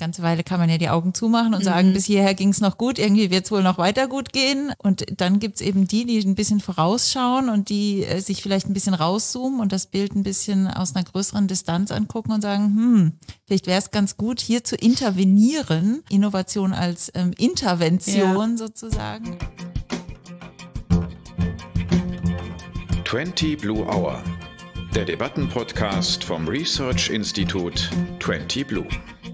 ganze Weile kann man ja die Augen zumachen und sagen, bis hierher ging es noch gut, irgendwie wird es wohl noch weiter gut gehen. Und dann gibt es eben die ein bisschen vorausschauen und die sich vielleicht ein bisschen rauszoomen und das Bild ein bisschen aus einer größeren Distanz angucken und sagen, vielleicht wäre es ganz gut, hier zu intervenieren, Innovation als Intervention sozusagen. 20 Blue Hour, der Debattenpodcast vom Research Institute 20 Blue.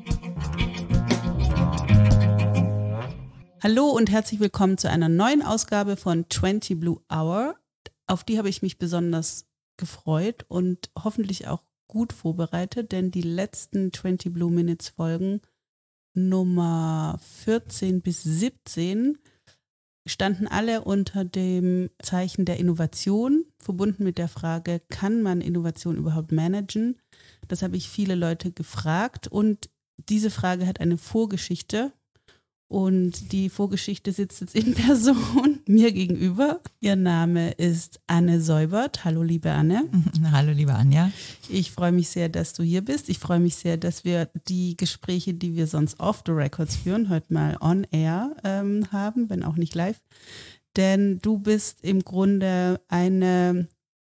Hallo und herzlich willkommen zu einer neuen Ausgabe von 20 Blue Hour. Auf die habe ich mich besonders gefreut und hoffentlich auch gut vorbereitet, denn die letzten 20 Blue Minutes Folgen Nummer 14 bis 17 standen alle unter dem Zeichen der Innovation, verbunden mit der Frage, kann man Innovation überhaupt managen? Das habe ich viele Leute gefragt und diese Frage hat eine Vorgeschichte und die Vorgeschichte sitzt jetzt in Person mir gegenüber. Ihr Name ist Anne Seubert. Hallo liebe Anne. Hallo liebe Anja. Ich freue mich sehr, dass du hier bist. Ich freue mich sehr, dass wir die Gespräche, die wir sonst off the records führen, heute mal on air haben, wenn auch nicht live. Denn du bist im Grunde eine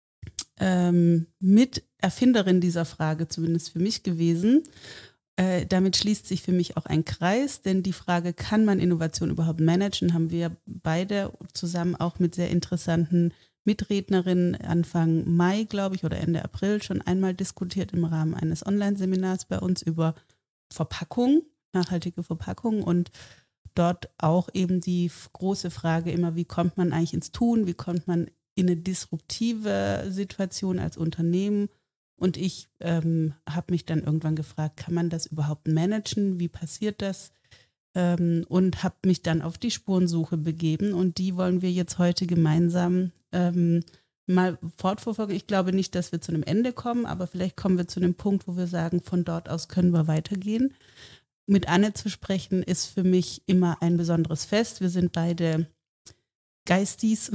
Miterfinderin dieser Frage, zumindest für mich gewesen. Damit schließt sich für mich auch ein Kreis, denn die Frage, kann man Innovation überhaupt managen, haben wir beide zusammen auch mit sehr interessanten Mitrednerinnen Anfang Mai, glaube ich, oder Ende April schon einmal diskutiert im Rahmen eines Online-Seminars bei uns über Verpackung, nachhaltige Verpackung und dort auch eben die große Frage immer, wie kommt man eigentlich ins Tun, wie kommt man in eine disruptive Situation als Unternehmen. Und ich habe mich dann irgendwann gefragt, kann man das überhaupt managen? Wie passiert das? Und habe mich dann auf die Spurensuche begeben. Und die wollen wir jetzt heute gemeinsam mal fortverfolgen. Ich glaube nicht, dass wir zu einem Ende kommen, aber vielleicht kommen wir zu einem Punkt, wo wir sagen, von dort aus können wir weitergehen. Mit Anne zu sprechen ist für mich immer ein besonderes Fest. Wir sind beide Geistis,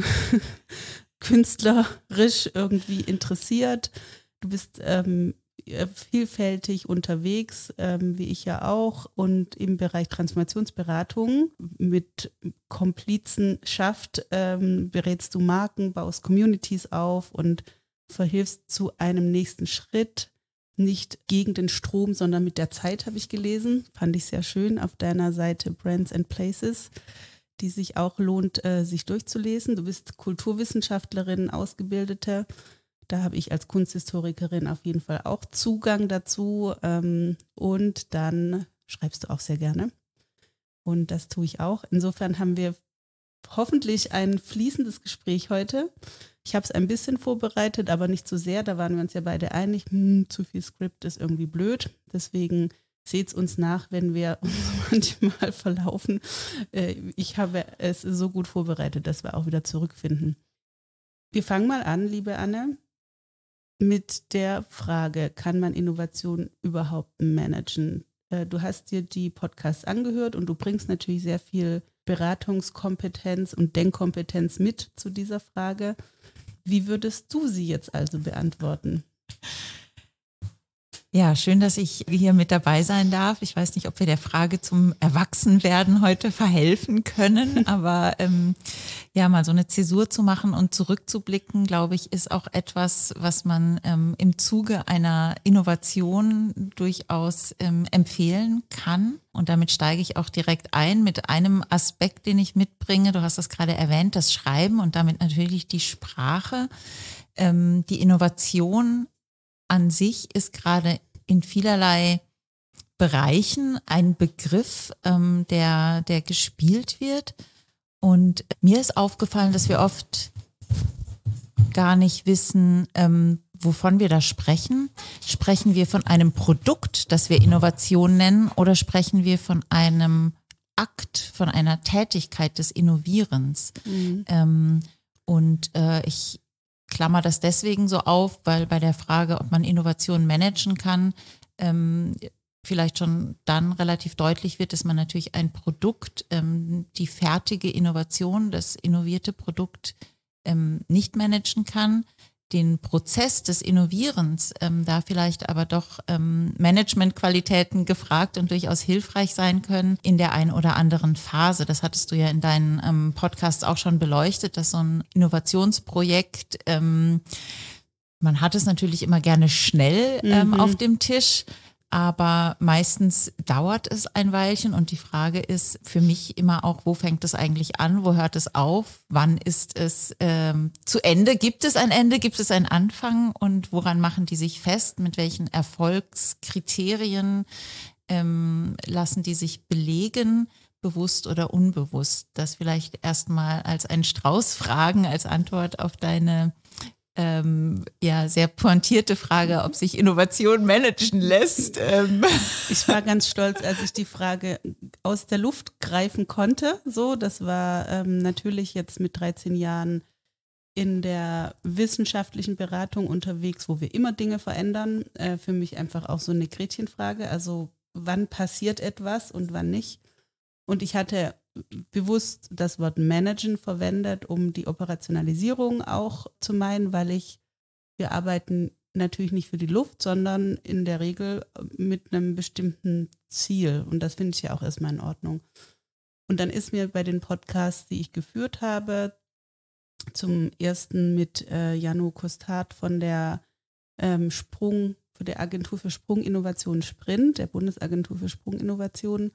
künstlerisch irgendwie interessiert. Du bist vielfältig unterwegs, wie ich ja auch, und im Bereich Transformationsberatung mit Komplizenschaft berätst du Marken, baust Communities auf und verhilfst zu einem nächsten Schritt, nicht gegen den Strom, sondern mit der Zeit, habe ich gelesen. Fand ich sehr schön auf deiner Seite Brands and Places, die sich auch lohnt, sich durchzulesen. Du bist Kulturwissenschaftlerin, Ausgebildete. Da habe ich als Kunsthistorikerin auf jeden Fall auch Zugang dazu. Und dann schreibst du auch sehr gerne. Und das tue ich auch. Insofern haben wir hoffentlich ein fließendes Gespräch heute. Ich habe es ein bisschen vorbereitet, aber nicht zu sehr. Da waren wir uns ja beide einig, zu viel Skript ist irgendwie blöd. Deswegen seht es uns nach, wenn wir uns manchmal verlaufen. Ich habe es so gut vorbereitet, dass wir auch wieder zurückfinden. Wir fangen mal an, liebe Anne, mit der Frage, kann man Innovation überhaupt managen? Du hast dir die Podcasts angehört und du bringst natürlich sehr viel Beratungskompetenz und Denkkompetenz mit zu dieser Frage. Wie würdest du sie jetzt also beantworten? Ja, schön, dass ich hier mit dabei sein darf. Ich weiß nicht, ob wir der Frage zum Erwachsenwerden heute verhelfen können, aber ja, mal so eine Zäsur zu machen und zurückzublicken, glaube ich, ist auch etwas, was man im Zuge einer Innovation durchaus empfehlen kann. Und damit steige ich auch direkt ein mit einem Aspekt, den ich mitbringe. Du hast das gerade erwähnt, das Schreiben und damit natürlich die Sprache. Die Innovation an sich ist gerade in vielerlei Bereichen ein Begriff, der gespielt wird. Und mir ist aufgefallen, dass wir oft gar nicht wissen, wovon wir da sprechen. Sprechen wir von einem Produkt, das wir Innovation nennen, oder sprechen wir von einem Akt, von einer Tätigkeit des Innovierens? Ich klammer das deswegen so auf, weil bei der Frage, ob man Innovation managen kann, vielleicht schon dann relativ deutlich wird, dass man natürlich ein Produkt, die fertige Innovation, das innovierte Produkt nicht managen kann. den Prozess des Innovierens, da vielleicht aber doch Managementqualitäten gefragt und durchaus hilfreich sein können in der einen oder anderen Phase. Das hattest du ja in deinen Podcasts auch schon beleuchtet, dass so ein Innovationsprojekt, man hat es natürlich immer gerne schnell auf dem Tisch, aber meistens dauert es ein Weilchen und die Frage ist für mich immer auch, wo fängt es eigentlich an, wo hört es auf, wann ist es zu Ende, gibt es ein Ende, gibt es einen Anfang und woran machen die sich fest, mit welchen Erfolgskriterien lassen die sich belegen, bewusst oder unbewusst. Das vielleicht erstmal als ein Strauß Fragen als Antwort auf deine sehr pointierte Frage, ob sich Innovation managen lässt. Ich war ganz stolz, als ich die Frage aus der Luft greifen konnte. So, das war natürlich jetzt mit 13 Jahren in der wissenschaftlichen Beratung unterwegs, wo wir immer Dinge verändern. Für mich einfach auch so eine Gretchenfrage. Also wann passiert etwas und wann nicht? Und ich hatte bewusst das Wort managen verwendet, um die Operationalisierung auch zu meinen, weil wir arbeiten natürlich nicht für die Luft, sondern in der Regel mit einem bestimmten Ziel. Und das finde ich ja auch erstmal in Ordnung. Und dann ist mir bei den Podcasts, die ich geführt habe, zum ersten mit Jano Kostat von der für der Agentur für Sprunginnovation Sprint, der Bundesagentur für Sprunginnovation,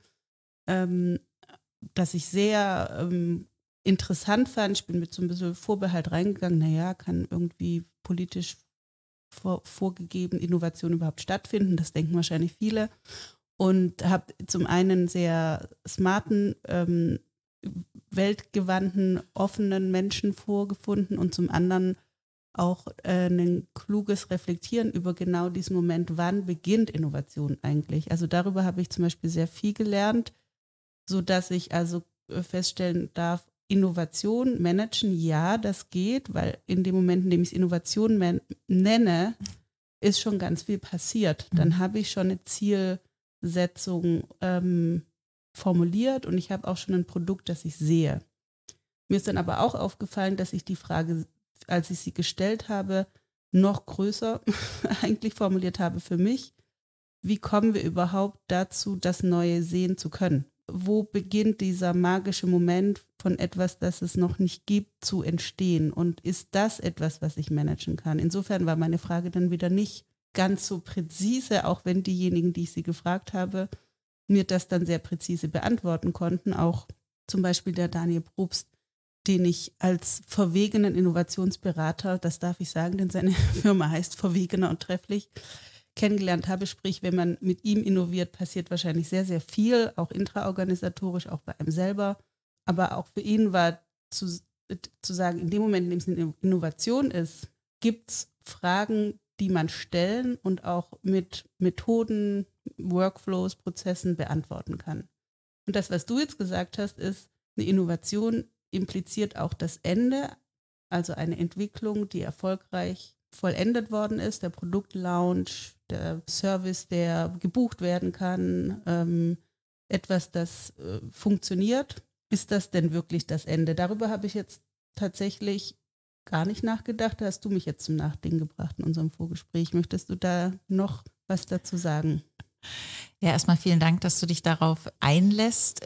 dass ich sehr interessant fand. Ich bin mit so ein bisschen Vorbehalt reingegangen, kann irgendwie politisch vorgegeben Innovation überhaupt stattfinden? Das denken wahrscheinlich viele. Und habe zum einen einen sehr smarten, weltgewandten, offenen Menschen vorgefunden und zum anderen auch ein kluges Reflektieren über genau diesen Moment, wann beginnt Innovation eigentlich. Also darüber habe ich zum Beispiel sehr viel gelernt, sodass ich also feststellen darf, Innovation managen, ja, das geht, weil in dem Moment, in dem ich es Innovation nenne, ist schon ganz viel passiert. Dann habe ich schon eine Zielsetzung formuliert und ich habe auch schon ein Produkt, das ich sehe. Mir ist dann aber auch aufgefallen, dass ich die Frage, als ich sie gestellt habe, noch größer eigentlich formuliert habe für mich. Wie kommen wir überhaupt dazu, das Neue sehen zu können? Wo beginnt dieser magische Moment von etwas, das es noch nicht gibt, zu entstehen? Und ist das etwas, was ich managen kann? Insofern war meine Frage dann wieder nicht ganz so präzise, auch wenn diejenigen, die ich sie gefragt habe, mir das dann sehr präzise beantworten konnten. Auch zum Beispiel der Daniel Probst, den ich als verwegenen Innovationsberater, das darf ich sagen, denn seine Firma heißt Verwegener und Trefflich, kennengelernt habe, sprich, wenn man mit ihm innoviert, passiert wahrscheinlich sehr, sehr viel, auch intraorganisatorisch, auch bei einem selber. Aber auch für ihn war zu sagen, in dem Moment, in dem es eine Innovation ist, gibt es Fragen, die man stellen und auch mit Methoden, Workflows, Prozessen beantworten kann. Und das, was du jetzt gesagt hast, ist, eine Innovation impliziert auch das Ende, also eine Entwicklung, die erfolgreich vollendet worden ist, der Produktlaunch, der Service, der gebucht werden kann, etwas, das funktioniert. Ist das denn wirklich das Ende? Darüber habe ich jetzt tatsächlich gar nicht nachgedacht. Da hast du mich jetzt zum Nachdenken gebracht in unserem Vorgespräch. Möchtest du da noch was dazu sagen? Ja, erstmal vielen Dank, dass du dich darauf einlässt.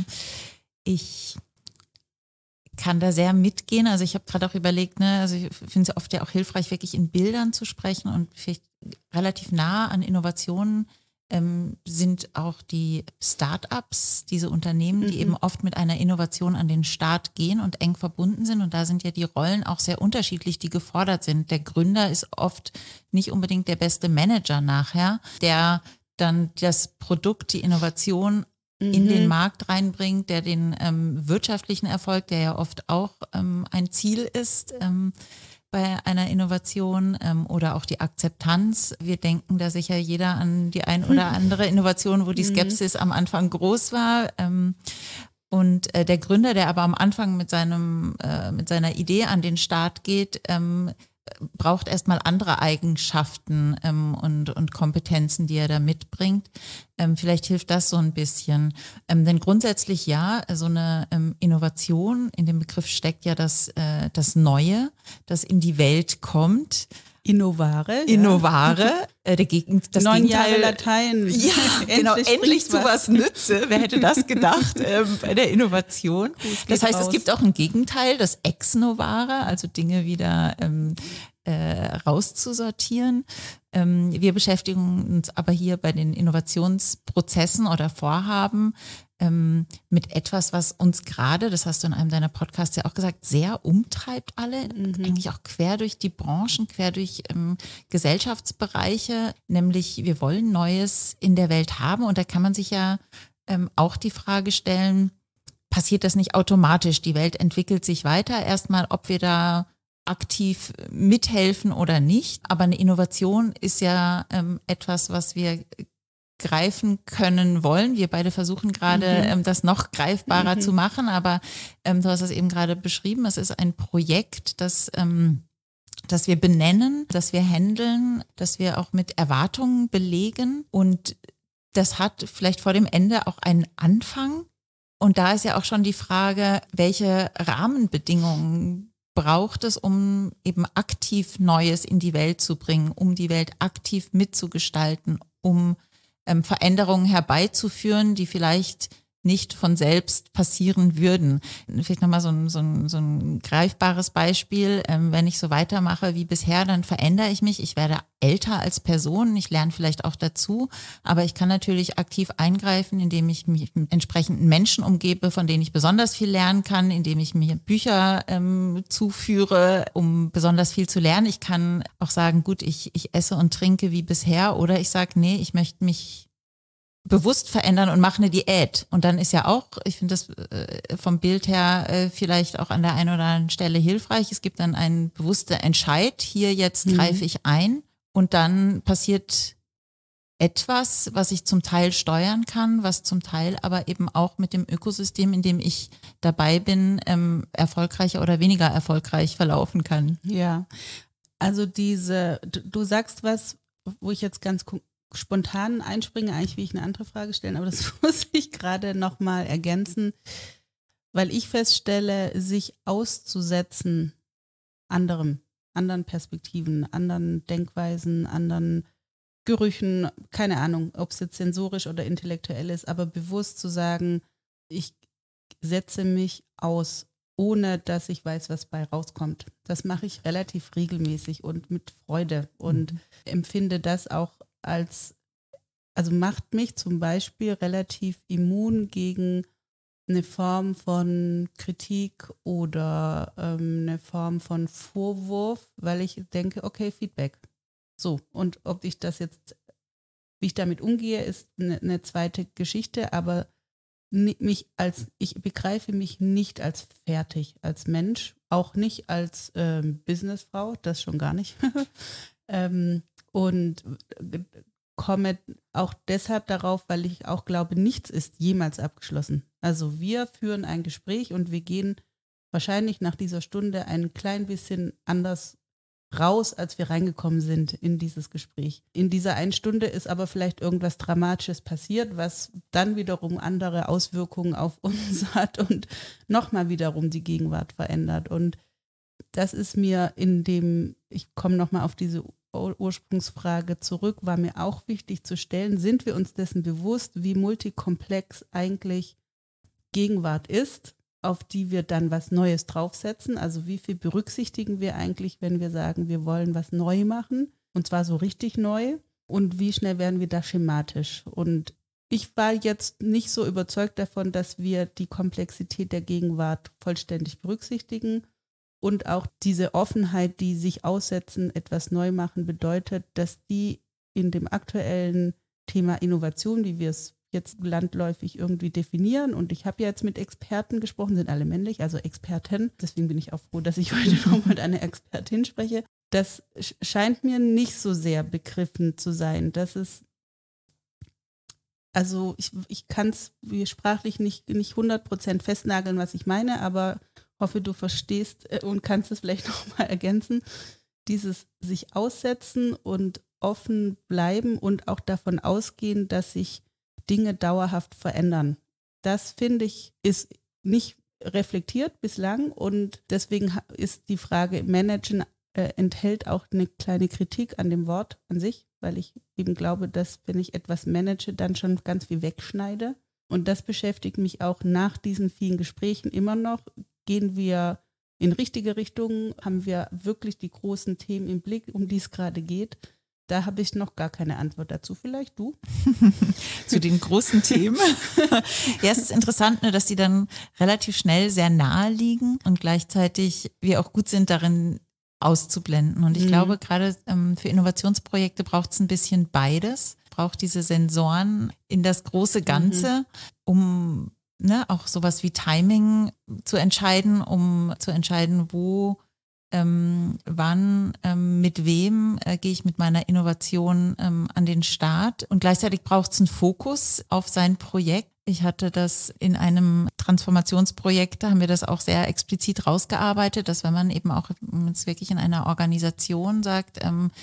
Ich kann da sehr mitgehen. Also ich habe gerade auch überlegt, also ich finde es oft ja auch hilfreich, wirklich in Bildern zu sprechen und vielleicht relativ nah an Innovationen sind auch die Start-ups, diese Unternehmen, die eben oft mit einer Innovation an den Start gehen und eng verbunden sind. Und da sind ja die Rollen auch sehr unterschiedlich, die gefordert sind. Der Gründer ist oft nicht unbedingt der beste Manager nachher, der dann das Produkt, die Innovation in den Markt reinbringt, der den wirtschaftlichen Erfolg, der ja oft auch ein Ziel ist bei einer Innovation oder auch die Akzeptanz. Wir denken da sicher jeder an die ein oder andere Innovation, wo die Skepsis am Anfang groß war. Und der Gründer, der aber am Anfang mit seiner Idee an den Start geht, braucht erstmal andere Eigenschaften und Kompetenzen, die er da mitbringt. Vielleicht hilft das so ein bisschen. Denn grundsätzlich ja, so eine Innovation, in dem Begriff steckt ja das Neue, das in die Welt kommt. Innovare. Das 9 Jahre Latein. Ja, genau, endlich zu was nütze. Wer hätte das gedacht bei der Innovation? Das heißt, es gibt auch ein Gegenteil, das Ex Novare, also Dinge wieder rauszusortieren. Wir beschäftigen uns aber hier bei den Innovationsprozessen oder Vorhaben mit etwas, was uns gerade, das hast du in einem deiner Podcasts ja auch gesagt, sehr umtreibt alle, eigentlich auch quer durch die Branchen, quer durch Gesellschaftsbereiche, nämlich wir wollen Neues in der Welt haben und da kann man sich ja auch die Frage stellen, passiert das nicht automatisch? Die Welt entwickelt sich weiter, erstmal, ob wir da aktiv mithelfen oder nicht, aber eine Innovation ist ja etwas, was wir greifen können wollen. Wir beide versuchen gerade, das noch greifbarer zu machen, aber du hast es eben gerade beschrieben, es ist ein Projekt, das wir benennen, das wir handeln, das wir auch mit Erwartungen belegen und das hat vielleicht vor dem Ende auch einen Anfang und da ist ja auch schon die Frage, welche Rahmenbedingungen braucht es, um eben aktiv Neues in die Welt zu bringen, um die Welt aktiv mitzugestalten, um Veränderungen herbeizuführen, die vielleicht nicht von selbst passieren würden. Vielleicht nochmal so ein greifbares Beispiel. Wenn ich so weitermache wie bisher, dann verändere ich mich. Ich werde älter als Person. Ich lerne vielleicht auch dazu. Aber ich kann natürlich aktiv eingreifen, indem ich mich mit entsprechenden Menschen umgebe, von denen ich besonders viel lernen kann, indem ich mir Bücher zuführe, um besonders viel zu lernen. Ich kann auch sagen, gut, ich esse und trinke wie bisher. Oder ich sage, nee, ich möchte mich bewusst verändern und mache eine Diät. Und dann ist ja auch, ich finde das vom Bild her vielleicht auch an der einen oder anderen Stelle hilfreich. Es gibt dann einen bewussten Entscheid, hier jetzt greife ich ein und dann passiert etwas, was ich zum Teil steuern kann, was zum Teil aber eben auch mit dem Ökosystem, in dem ich dabei bin, erfolgreicher oder weniger erfolgreich verlaufen kann. Ja, also du sagst was, wo ich jetzt ganz spontan einspringe, eigentlich will ich eine andere Frage stellen, aber das muss ich gerade nochmal ergänzen, weil ich feststelle, sich auszusetzen anderen Perspektiven, anderen Denkweisen, anderen Gerüchen, keine Ahnung, ob es jetzt sensorisch oder intellektuell ist, aber bewusst zu sagen, ich setze mich aus, ohne dass ich weiß, was bei rauskommt. Das mache ich relativ regelmäßig und mit Freude und empfinde das auch also macht mich zum Beispiel relativ immun gegen eine Form von Kritik oder eine Form von Vorwurf, weil ich denke, okay, Feedback. So, und ob ich das jetzt, wie ich damit umgehe, ist eine zweite Geschichte, aber ich begreife mich nicht als fertig, als Mensch, auch nicht als Businessfrau, das schon gar nicht. Und komme auch deshalb darauf, weil ich auch glaube, nichts ist jemals abgeschlossen. Also wir führen ein Gespräch und wir gehen wahrscheinlich nach dieser Stunde ein klein bisschen anders raus, als wir reingekommen sind in dieses Gespräch. In dieser einen Stunde ist aber vielleicht irgendwas Dramatisches passiert, was dann wiederum andere Auswirkungen auf uns hat und nochmal wiederum die Gegenwart verändert. Und das ist mir ich komme nochmal auf diese Ursprungsfrage zurück, war mir auch wichtig zu stellen, sind wir uns dessen bewusst, wie multikomplex eigentlich Gegenwart ist, auf die wir dann was Neues draufsetzen? Also wie viel berücksichtigen wir eigentlich, wenn wir sagen, wir wollen was neu machen, und zwar so richtig neu, und wie schnell werden wir da schematisch? Und ich war jetzt nicht so überzeugt davon, dass wir die Komplexität der Gegenwart vollständig berücksichtigen. Und auch diese Offenheit, die sich aussetzen, etwas neu machen, bedeutet, dass die in dem aktuellen Thema Innovation, wie wir es jetzt landläufig irgendwie definieren, und ich habe ja jetzt mit Experten gesprochen, sind alle männlich, also Experten, deswegen bin ich auch froh, dass ich heute noch mit einer Expertin spreche. Das scheint mir nicht so sehr begriffen zu sein. Das ist, also ich kann es sprachlich nicht 100% festnageln, was ich meine, aber hoffe, du verstehst und kannst es vielleicht noch mal ergänzen. dieses sich aussetzen und offen bleiben und auch davon ausgehen, dass sich Dinge dauerhaft verändern. Das, finde ich, ist nicht reflektiert bislang und deswegen ist die Frage Managen enthält auch eine kleine Kritik an dem Wort an sich, weil ich eben glaube, dass wenn ich etwas manage, dann schon ganz viel wegschneide. Und das beschäftigt mich auch nach diesen vielen Gesprächen immer noch. Gehen wir in richtige Richtungen? Haben wir wirklich die großen Themen im Blick, um die es gerade geht? Da habe ich noch gar keine Antwort dazu. Vielleicht du? Zu den großen Themen. Ja, es ist interessant, ne, dass die dann relativ schnell sehr nahe liegen und gleichzeitig wir auch gut sind darin auszublenden. Und ich glaube, gerade für Innovationsprojekte braucht es ein bisschen beides. Braucht diese Sensoren in das große Ganze, um auch sowas wie Timing zu entscheiden, um zu entscheiden, wo wann, mit wem gehe ich mit meiner Innovation an den Start. Und gleichzeitig braucht es einen Fokus auf sein Projekt. Ich hatte das in einem Transformationsprojekt, da haben wir das auch sehr explizit rausgearbeitet, dass wenn man eben auch jetzt wirklich in einer Organisation sagt,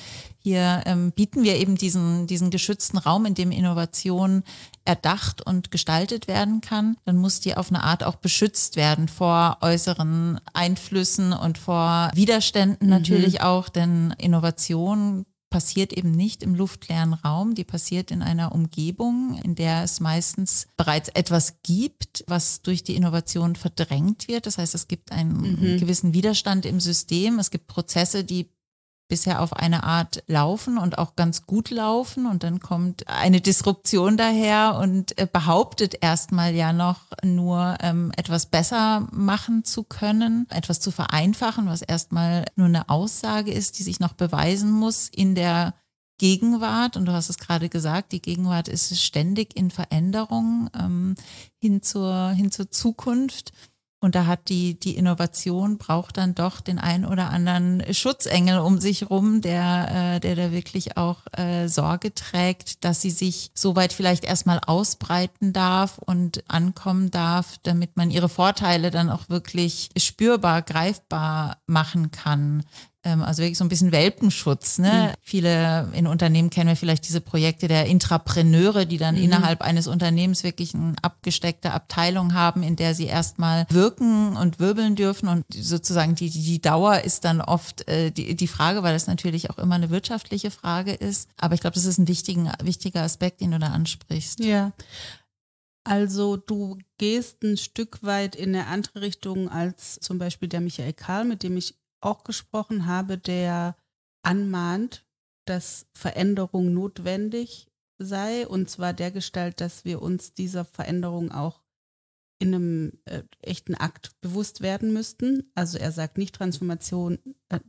hier bieten wir eben diesen geschützten Raum, in dem Innovation erdacht und gestaltet werden kann, dann muss die auf eine Art auch beschützt werden vor äußeren Einflüssen und vor Widerständen natürlich auch, denn Innovation passiert eben nicht im luftleeren Raum, die passiert in einer Umgebung, in der es meistens bereits etwas gibt, was durch die Innovation verdrängt wird. Das heißt, es gibt einen gewissen Widerstand im System, es gibt Prozesse, die bisher auf eine Art laufen und auch ganz gut laufen und dann kommt eine Disruption daher und behauptet erstmal ja noch nur etwas besser machen zu können, etwas zu vereinfachen, was erstmal nur eine Aussage ist, die sich noch beweisen muss in der Gegenwart. Und du hast es gerade gesagt, die Gegenwart ist ständig in Veränderung hin zur Zukunft. Und da hat die Innovation braucht dann doch den einen oder anderen Schutzengel um sich rum, der da wirklich auch Sorge trägt, dass sie sich soweit vielleicht erstmal ausbreiten darf und ankommen darf, damit man ihre Vorteile dann auch wirklich spürbar, greifbar machen kann. Also wirklich so ein bisschen Welpenschutz, ne? Viele in Unternehmen kennen wir vielleicht diese Projekte der Intrapreneure, die dann innerhalb eines Unternehmens wirklich eine abgesteckte Abteilung haben, in der sie erstmal wirken und wirbeln dürfen und sozusagen die Dauer ist dann oft die Frage, weil das natürlich auch immer eine wirtschaftliche Frage ist. Aber ich glaube, das ist ein wichtiger Aspekt, den du da ansprichst. Ja. Also du gehst ein Stück weit in eine andere Richtung als zum Beispiel der Michael Karl, mit dem ich auch gesprochen habe, der anmahnt, dass Veränderung notwendig sei und zwar dergestalt, dass wir uns dieser Veränderung auch in einem echten Akt bewusst werden müssten. Also er sagt, nicht transformativ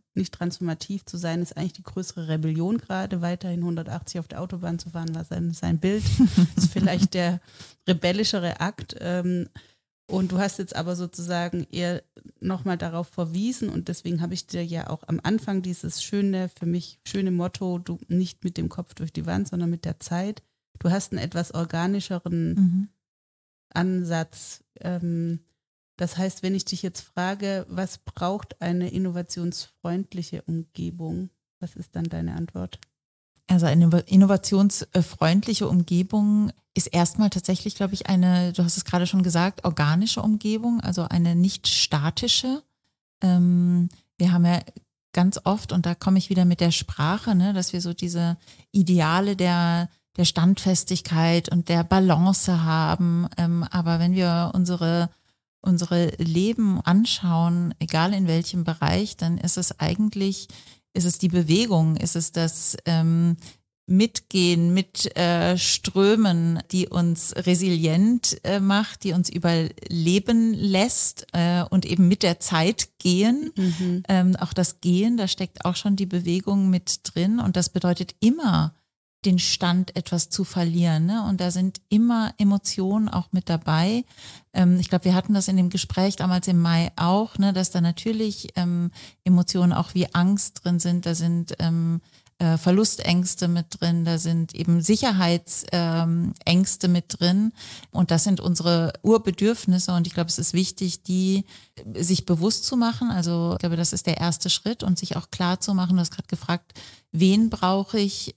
zu sein, ist eigentlich die größere Rebellion gerade, weiterhin 180 auf der Autobahn zu fahren, war sein Bild. Das ist vielleicht der rebellischere Akt. Und du hast jetzt aber sozusagen eher nochmal darauf verwiesen und deswegen habe ich dir ja auch am Anfang dieses für mich schöne Motto, du nicht mit dem Kopf durch die Wand, sondern mit der Zeit. Du hast einen etwas organischeren Ansatz. Das heißt, wenn ich dich jetzt frage, was braucht eine innovationsfreundliche Umgebung, was ist dann deine Antwort? Also eine innovationsfreundliche Umgebung ist erstmal tatsächlich, glaube ich, du hast es gerade schon gesagt, organische Umgebung, also eine nicht statische. Wir haben ja ganz oft, und da komme ich wieder mit der Sprache, ne, dass wir so diese Ideale der Standfestigkeit und der Balance haben. Aber wenn wir unsere Leben anschauen, egal in welchem Bereich, dann ist es die Bewegung, ist es das Mitgehen, Strömen, die uns resilient macht, die uns überleben lässt und eben mit der Zeit gehen. Auch das Gehen, da steckt auch schon die Bewegung mit drin und das bedeutet immer, den Stand etwas zu verlieren, ne? Und da sind immer Emotionen auch mit dabei. Ich glaube, wir hatten das in dem Gespräch damals im Mai auch, ne, dass da natürlich Emotionen auch wie Angst drin sind, da sind Verlustängste mit drin, da sind eben Sicherheitsängste mit drin und das sind unsere Urbedürfnisse und ich glaube, es ist wichtig, die sich bewusst zu machen, also ich glaube, das ist der erste Schritt und sich auch klar zu machen, du hast gerade gefragt, wen brauche ich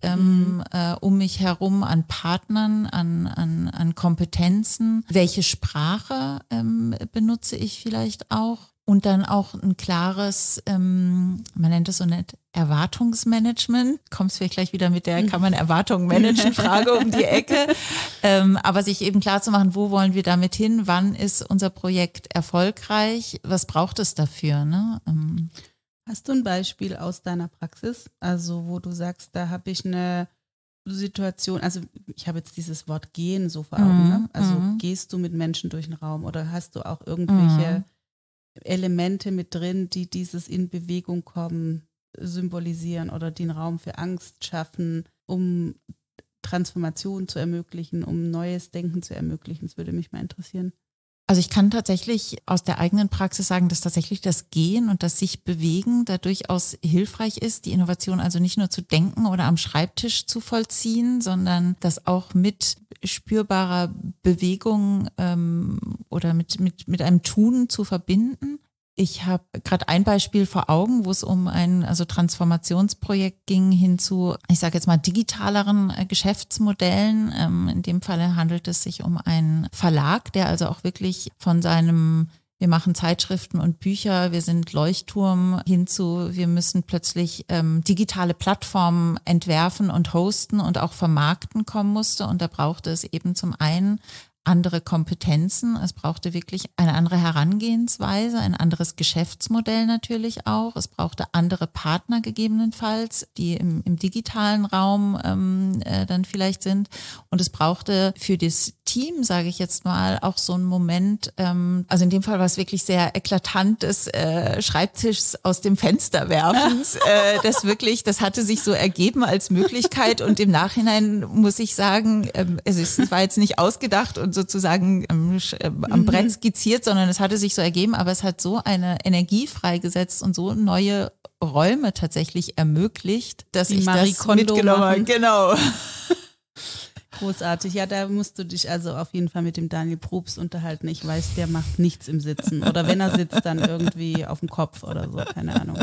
um mich herum an Partnern, an Kompetenzen, welche Sprache benutze ich vielleicht auch? Und dann auch ein klares, man nennt es so nett, Erwartungsmanagement. Kommst vielleicht gleich wieder mit der, kann man Erwartungen managen, Frage um die Ecke. Aber sich eben klar zu machen, wo wollen wir damit hin? Wann ist unser Projekt erfolgreich? Was braucht es dafür? Ne? Hast du ein Beispiel aus deiner Praxis? Also wo du sagst, da habe ich eine Situation, also ich habe jetzt dieses Wort gehen so vor Augen. Ne? Also gehst du mit Menschen durch den Raum oder hast du auch irgendwelche Elemente mit drin, die dieses in Bewegung kommen symbolisieren oder den Raum für Angst schaffen, um Transformation zu ermöglichen, um neues Denken zu ermöglichen? Das würde mich mal interessieren. Also ich kann tatsächlich aus der eigenen Praxis sagen, dass tatsächlich das Gehen und das sich bewegen da durchaus hilfreich ist, die Innovation also nicht nur zu denken oder am Schreibtisch zu vollziehen, sondern das auch mit spürbarer Bewegung oder mit einem Tun zu verbinden. Ich habe gerade ein Beispiel vor Augen, wo es um ein Transformationsprojekt ging hin zu, ich sage jetzt mal, digitaleren Geschäftsmodellen. In dem Fall handelt es sich um einen Verlag, der also auch wirklich von seinem, wir machen Zeitschriften und Bücher, wir sind Leuchtturm hin zu, wir müssen plötzlich digitale Plattformen entwerfen und hosten und auch vermarkten kommen musste. Und da brauchte es eben zum einen andere Kompetenzen, es brauchte wirklich eine andere Herangehensweise, ein anderes Geschäftsmodell natürlich auch, es brauchte andere Partner gegebenenfalls, die im digitalen Raum dann vielleicht sind und es brauchte für das Team, sage ich jetzt mal, auch so einen Moment, also in dem Fall war es wirklich sehr eklatantes Schreibtischs aus dem Fenster werfens, das hatte sich so ergeben als Möglichkeit und im Nachhinein muss ich sagen, es war jetzt nicht ausgedacht und sozusagen am Brett skizziert, sondern es hatte sich so ergeben, aber es hat so eine Energie freigesetzt und so neue Räume tatsächlich ermöglicht, dass ich das mitgenommen habe. Genau. Großartig. Ja, da musst du dich also auf jeden Fall mit dem Daniel Probst unterhalten. Ich weiß, der macht nichts im Sitzen. Oder wenn er sitzt, dann irgendwie auf dem Kopf oder so, keine Ahnung.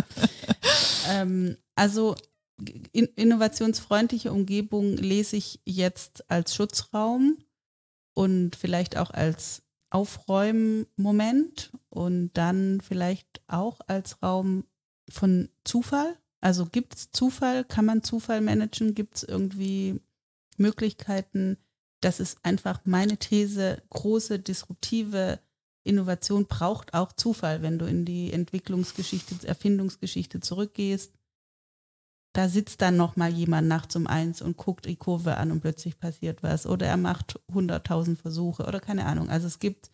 Also innovationsfreundliche Umgebung lese ich jetzt als Schutzraum und vielleicht auch als Aufräummoment und dann vielleicht auch als Raum von Zufall. Also gibt es Zufall? Kann man Zufall managen? Gibt es irgendwie Möglichkeiten? Das ist einfach meine These. Große, disruptive Innovation braucht auch Zufall, wenn du in die Entwicklungsgeschichte, Erfindungsgeschichte zurückgehst. Da sitzt dann nochmal jemand nachts um 1 und guckt die Kurve an und plötzlich passiert was. Oder er macht 100.000 Versuche oder keine Ahnung. Also es gibt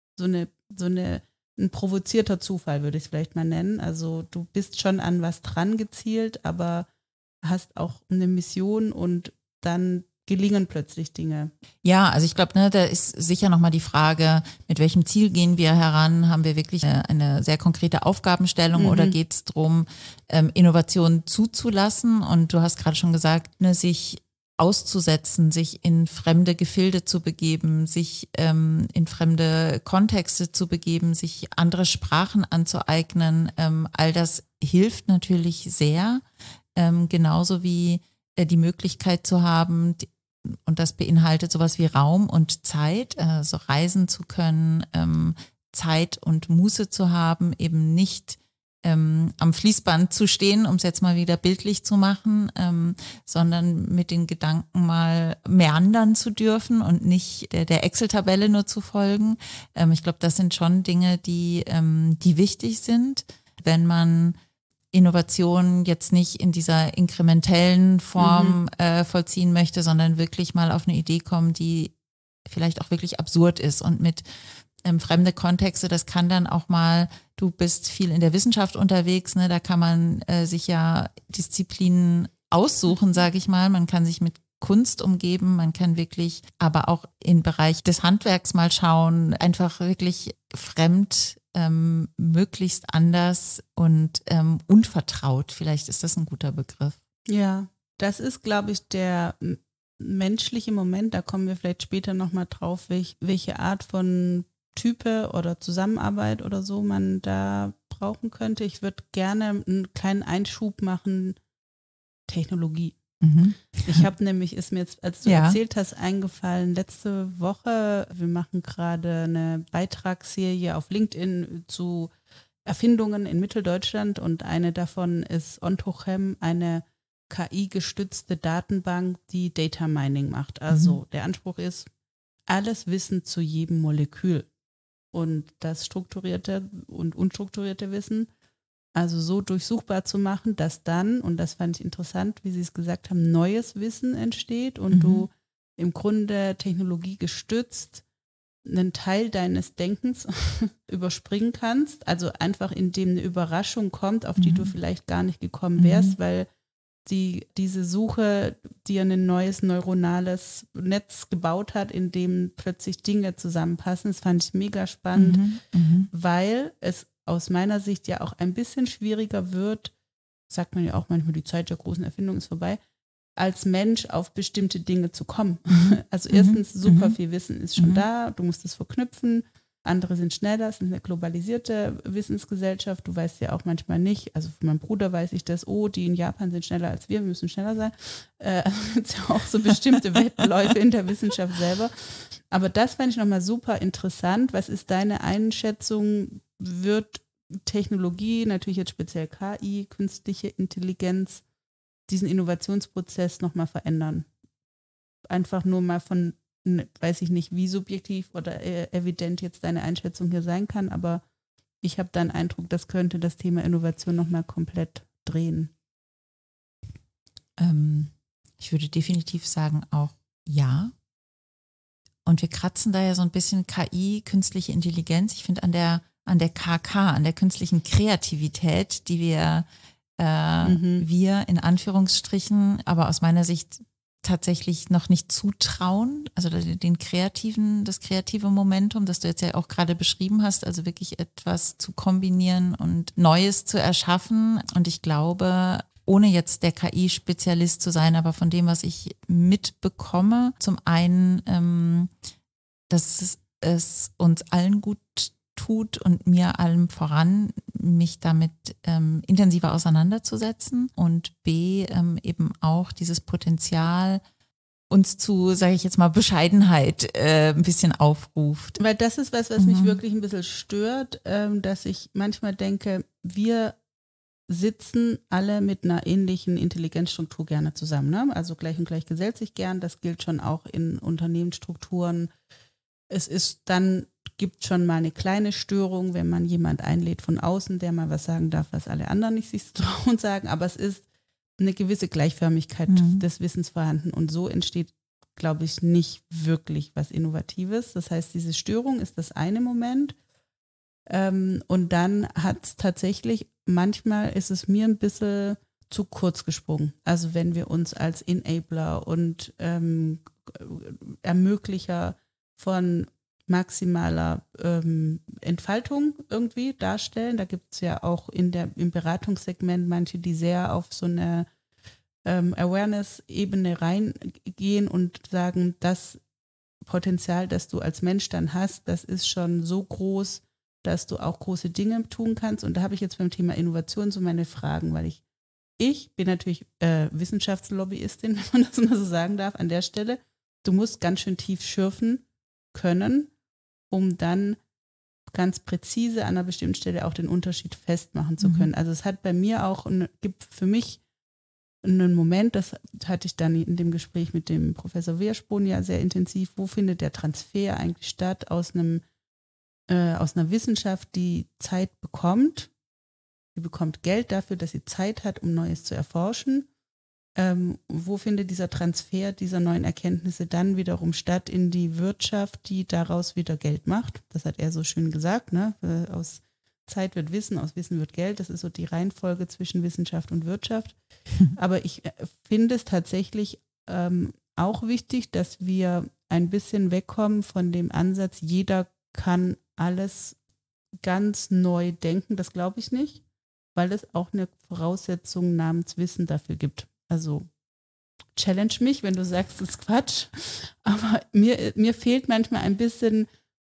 ein provozierter Zufall, würde ich es vielleicht mal nennen. Also du bist schon an was dran gezielt, aber hast auch eine Mission und dann gelingen plötzlich Dinge. Ja, also ich glaube, da ist sicher nochmal die Frage, mit welchem Ziel gehen wir heran? Haben wir wirklich eine sehr konkrete Aufgabenstellung oder geht es darum, Innovation zuzulassen? Und du hast gerade schon gesagt, sich auszusetzen, sich in fremde Gefilde zu begeben, sich in fremde Kontexte zu begeben, sich andere Sprachen anzueignen. All das hilft natürlich sehr, genauso wie die Möglichkeit zu haben, und das beinhaltet sowas wie Raum und Zeit, so reisen zu können, Zeit und Muße zu haben, eben nicht am Fließband zu stehen, um es jetzt mal wieder bildlich zu machen, sondern mit den Gedanken mal meandern zu dürfen und nicht der Excel-Tabelle nur zu folgen. Ich glaube, das sind schon Dinge, die wichtig sind, wenn man Innovation jetzt nicht in dieser inkrementellen Form vollziehen möchte, sondern wirklich mal auf eine Idee kommen, die vielleicht auch wirklich absurd ist und mit fremde Kontexte, das kann dann auch mal, du bist viel in der Wissenschaft unterwegs, ne, da kann man sich ja Disziplinen aussuchen, sage ich mal, man kann sich mit Kunst umgeben, man kann wirklich aber auch im Bereich des Handwerks mal schauen, einfach wirklich fremd, möglichst anders und unvertraut. Vielleicht ist das ein guter Begriff. Ja, Das ist, glaube ich, der menschliche Moment, da kommen wir vielleicht später nochmal drauf, welche Art von Type oder Zusammenarbeit oder so man da brauchen könnte. Ich würde gerne einen kleinen Einschub machen, Technologie. Ich habe nämlich, ist mir jetzt, als du erzählt hast, eingefallen, letzte Woche, wir machen gerade eine Beitragsserie auf LinkedIn zu Erfindungen in Mitteldeutschland und eine davon ist Ontochem, eine KI-gestützte Datenbank, die Data Mining macht. Also der Anspruch ist, alles Wissen zu jedem Molekül und das strukturierte und unstrukturierte Wissen also so durchsuchbar zu machen, dass dann, und das fand ich interessant, wie Sie es gesagt haben, neues Wissen entsteht und du im Grunde technologiegestützt einen Teil deines Denkens überspringen kannst, also einfach indem eine Überraschung kommt, auf die du vielleicht gar nicht gekommen wärst, weil diese Suche dir ein neues neuronales Netz gebaut hat, in dem plötzlich Dinge zusammenpassen. Das fand ich mega spannend, weil es aus meiner Sicht ja auch ein bisschen schwieriger wird, sagt man ja auch manchmal, die Zeit der großen Erfindung ist vorbei, als Mensch auf bestimmte Dinge zu kommen. Also erstens, super viel Wissen ist schon da, du musst es verknüpfen, andere sind schneller, es ist eine globalisierte Wissensgesellschaft, du weißt ja auch manchmal nicht, also von meinem Bruder weiß ich das, die in Japan sind schneller als wir müssen schneller sein. Es gibt ja auch so bestimmte Wettläufe in der Wissenschaft selber. Aber das fand ich nochmal super interessant. Was ist deine Einschätzung? Wird Technologie, natürlich jetzt speziell KI, künstliche Intelligenz, diesen Innovationsprozess nochmal verändern? Einfach nur mal von, weiß ich nicht, wie subjektiv oder evident jetzt deine Einschätzung hier sein kann, aber ich habe da einen Eindruck, das könnte das Thema Innovation nochmal komplett drehen. Ich würde definitiv sagen auch ja. Und wir kratzen da ja so ein bisschen KI, künstliche Intelligenz. Ich finde an der KK, an der künstlichen Kreativität, die wir in Anführungsstrichen, aber aus meiner Sicht tatsächlich noch nicht zutrauen, also das kreative Momentum, das du jetzt ja auch gerade beschrieben hast, also wirklich etwas zu kombinieren und Neues zu erschaffen. Und ich glaube, ohne jetzt der KI-Spezialist zu sein, aber von dem, was ich mitbekomme, zum einen, dass es uns allen gut tut und mir allem voran, mich damit intensiver auseinanderzusetzen und B, eben auch dieses Potenzial uns zu, sage ich jetzt mal, Bescheidenheit ein bisschen aufruft. Weil das ist was mich wirklich ein bisschen stört, dass ich manchmal denke, wir sitzen alle mit einer ähnlichen Intelligenzstruktur gerne zusammen. Ne? Also gleich und gleich gesellt sich gern, das gilt schon auch in Unternehmensstrukturen. Es ist dann, gibt schon mal eine kleine Störung, wenn man jemand einlädt von außen, der mal was sagen darf, was alle anderen nicht sich trauen sagen, aber es ist eine gewisse Gleichförmigkeit des Wissens vorhanden und so entsteht, glaube ich, nicht wirklich was Innovatives. Das heißt, diese Störung ist das eine Moment und dann hat es tatsächlich, manchmal ist es mir ein bisschen zu kurz gesprungen. Also wenn wir uns als Enabler und Ermöglicher von maximaler Entfaltung irgendwie darstellen. Da gibt es ja auch im Beratungssegment manche, die sehr auf so eine Awareness-Ebene reingehen und sagen, das Potenzial, das du als Mensch dann hast, das ist schon so groß, dass du auch große Dinge tun kannst. Und da habe ich jetzt beim Thema Innovation so meine Fragen, weil ich bin natürlich Wissenschaftslobbyistin, wenn man das mal so sagen darf, an der Stelle. Du musst ganz schön tief schürfen können, um dann ganz präzise an einer bestimmten Stelle auch den Unterschied festmachen zu können. Also es hat bei mir auch, gibt für mich einen Moment, das hatte ich dann in dem Gespräch mit dem Professor Wehrspon ja sehr intensiv, wo findet der Transfer eigentlich statt aus einer Wissenschaft, die Zeit bekommt, sie bekommt Geld dafür, dass sie Zeit hat, um Neues zu erforschen. Wo findet dieser Transfer dieser neuen Erkenntnisse dann wiederum statt in die Wirtschaft, die daraus wieder Geld macht? Das hat er so schön gesagt, ne? Aus Zeit wird Wissen, aus Wissen wird Geld. Das ist so die Reihenfolge zwischen Wissenschaft und Wirtschaft. Aber ich finde es tatsächlich auch wichtig, dass wir ein bisschen wegkommen von dem Ansatz, jeder kann alles ganz neu denken. Das glaube ich nicht, weil es auch eine Voraussetzung namens Wissen dafür gibt. Also challenge mich, wenn du sagst, das ist Quatsch. Aber mir fehlt manchmal ein bisschen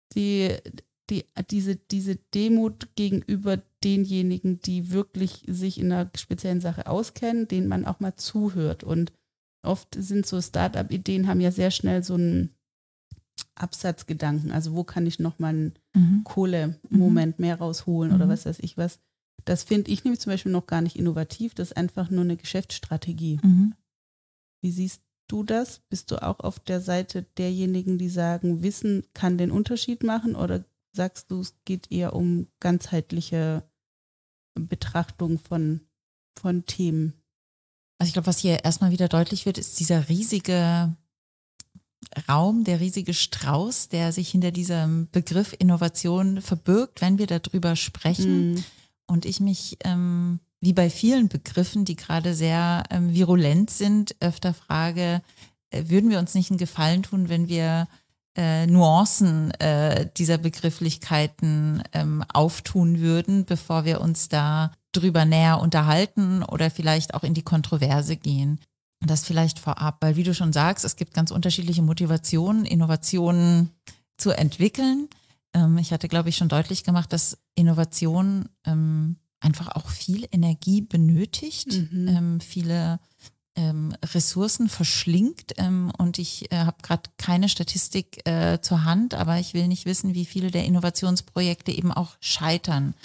diese Demut gegenüber denjenigen, die wirklich sich in einer speziellen Sache auskennen, denen man auch mal zuhört. Und oft sind so Start-up-Ideen, haben ja sehr schnell so einen Absatzgedanken. Also wo kann ich noch mal einen Kohlemoment mehr rausholen oder was weiß ich was. Das finde ich nämlich zum Beispiel noch gar nicht innovativ. Das ist einfach nur eine Geschäftsstrategie. Wie siehst du das? Bist du auch auf der Seite derjenigen, die sagen, Wissen kann den Unterschied machen, oder sagst du, es geht eher um ganzheitliche Betrachtung von Themen? Also ich glaube, was hier erstmal wieder deutlich wird, ist dieser riesige Raum, der riesige Strauß, der sich hinter diesem Begriff Innovation verbirgt, wenn wir darüber sprechen. Und ich mich, wie bei vielen Begriffen, die gerade sehr virulent sind, öfter frage, würden wir uns nicht einen Gefallen tun, wenn wir Nuancen dieser Begrifflichkeiten auftun würden, bevor wir uns da drüber näher unterhalten oder vielleicht auch in die Kontroverse gehen. Das vielleicht vorab, weil wie du schon sagst, es gibt ganz unterschiedliche Motivationen, Innovationen zu entwickeln. Ich hatte, glaube ich, schon deutlich gemacht, dass Innovation einfach auch viel Energie benötigt, viele Ressourcen verschlingt, und ich habe gerade keine Statistik zur Hand, aber ich will nicht wissen, wie viele der Innovationsprojekte eben auch scheitern.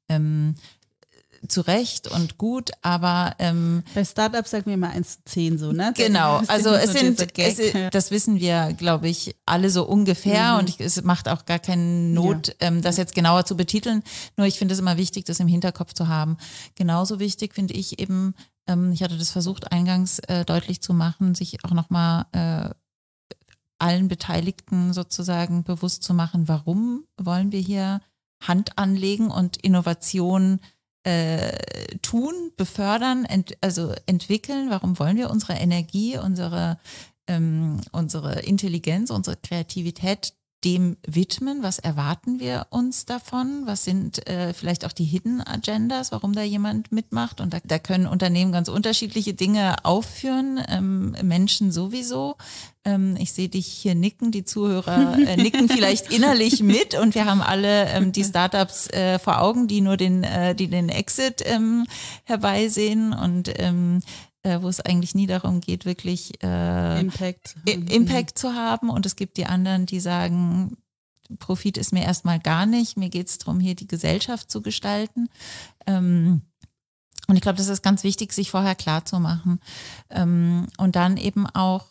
Zu Recht und gut, aber bei Startups sagen wir mal 1:10 so, ne? Genau, also das wissen wir, glaube ich, alle so ungefähr, und es macht auch gar keine Not, das jetzt genauer zu betiteln. Nur ich finde es immer wichtig, das im Hinterkopf zu haben. Genauso wichtig finde ich eben, ich hatte das versucht eingangs deutlich zu machen, sich auch nochmal allen Beteiligten sozusagen bewusst zu machen, warum wollen wir hier Hand anlegen und Innovation tun, befördern, entwickeln. Warum wollen wir unsere Energie, unsere Intelligenz, unsere Kreativität dem widmen? Was erwarten wir uns davon? Was sind vielleicht auch die Hidden Agendas, warum da jemand mitmacht? Und da können Unternehmen ganz unterschiedliche Dinge aufführen, Menschen sowieso. Ich sehe dich hier nicken, die Zuhörer nicken vielleicht innerlich mit, und wir haben alle die Startups vor Augen, die nur den Exit herbeisehen, und wo es eigentlich nie darum geht, wirklich Impact zu haben. Und es gibt die anderen, die sagen, Profit ist mir erstmal gar nicht, mir geht es darum, hier die Gesellschaft zu gestalten. Und ich glaube, das ist ganz wichtig, sich vorher klar zu machen. Und dann eben auch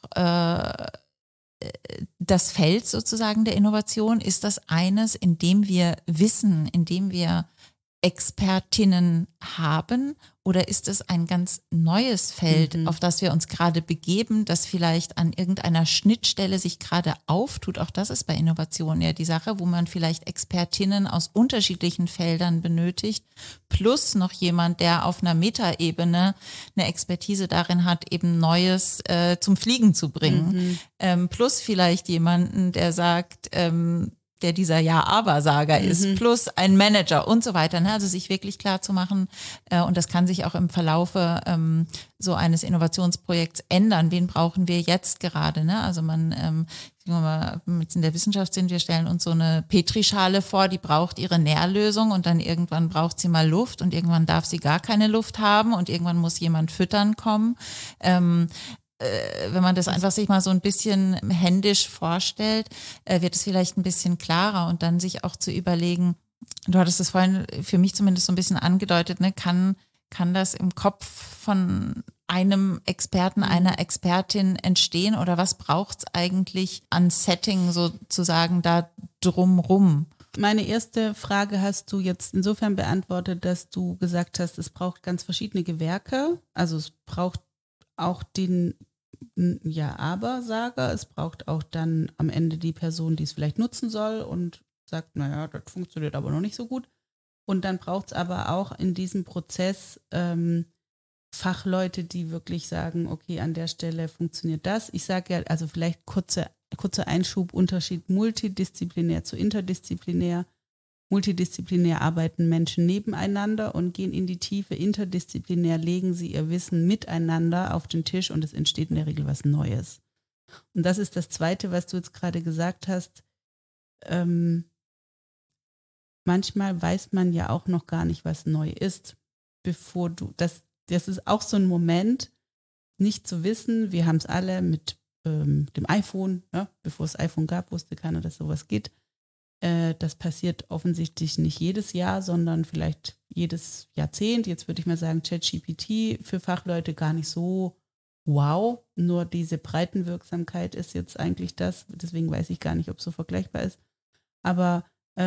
das Feld sozusagen der Innovation, ist das eines, in dem wir Wissen, in dem wir Expertinnen haben, oder ist es ein ganz neues Feld, auf das wir uns gerade begeben, das vielleicht an irgendeiner Schnittstelle sich gerade auftut? Auch das ist bei Innovation ja die Sache, wo man vielleicht Expertinnen aus unterschiedlichen Feldern benötigt, plus noch jemand, der auf einer Metaebene eine Expertise darin hat, eben Neues zum Fliegen zu bringen, plus vielleicht jemanden, der sagt, der dieser Ja-Aber-Sager ist, plus ein Manager und so weiter. Ne? Also sich wirklich klar zu machen, und das kann sich auch im Verlaufe so eines Innovationsprojekts ändern. Wen brauchen wir jetzt gerade? Ne? Also jetzt in der Wissenschaft sind, wir stellen uns so eine Petrischale vor, die braucht ihre Nährlösung, und dann irgendwann braucht sie mal Luft, und irgendwann darf sie gar keine Luft haben, und irgendwann muss jemand füttern kommen. Wenn man das einfach sich mal so ein bisschen händisch vorstellt, wird es vielleicht ein bisschen klarer, und dann sich auch zu überlegen, du hattest das vorhin für mich zumindest so ein bisschen angedeutet, ne, kann das im Kopf von einem Experten, einer Expertin entstehen, oder was braucht es eigentlich an Setting sozusagen da drumrum? Meine erste Frage hast du jetzt insofern beantwortet, dass du gesagt hast, es braucht ganz verschiedene Gewerke, also es braucht auch den Ja-Aber-Sager, es braucht auch dann am Ende die Person, die es vielleicht nutzen soll und sagt, naja, das funktioniert aber noch nicht so gut. Und dann braucht es aber auch in diesem Prozess Fachleute, die wirklich sagen, okay, an der Stelle funktioniert das. Ich sage ja, also vielleicht kurzer Einschub, Unterschied multidisziplinär zu interdisziplinär. multidisziplinär arbeiten Menschen nebeneinander und gehen in die Tiefe, interdisziplinär legen sie ihr Wissen miteinander auf den Tisch und es entsteht in der Regel was Neues. Und das ist das Zweite, was du jetzt gerade gesagt hast. Manchmal weiß man ja auch noch gar nicht, was neu ist, bevor das ist auch so ein Moment, nicht zu wissen, wir haben es alle mit dem iPhone, ja, bevor es iPhone gab, wusste keiner, dass sowas geht. Das passiert offensichtlich nicht jedes Jahr, sondern vielleicht jedes Jahrzehnt. Jetzt würde ich mal sagen, ChatGPT für Fachleute gar nicht so wow. Nur diese Breitenwirksamkeit ist jetzt eigentlich das. Deswegen weiß ich gar nicht, ob es so vergleichbar ist. Aber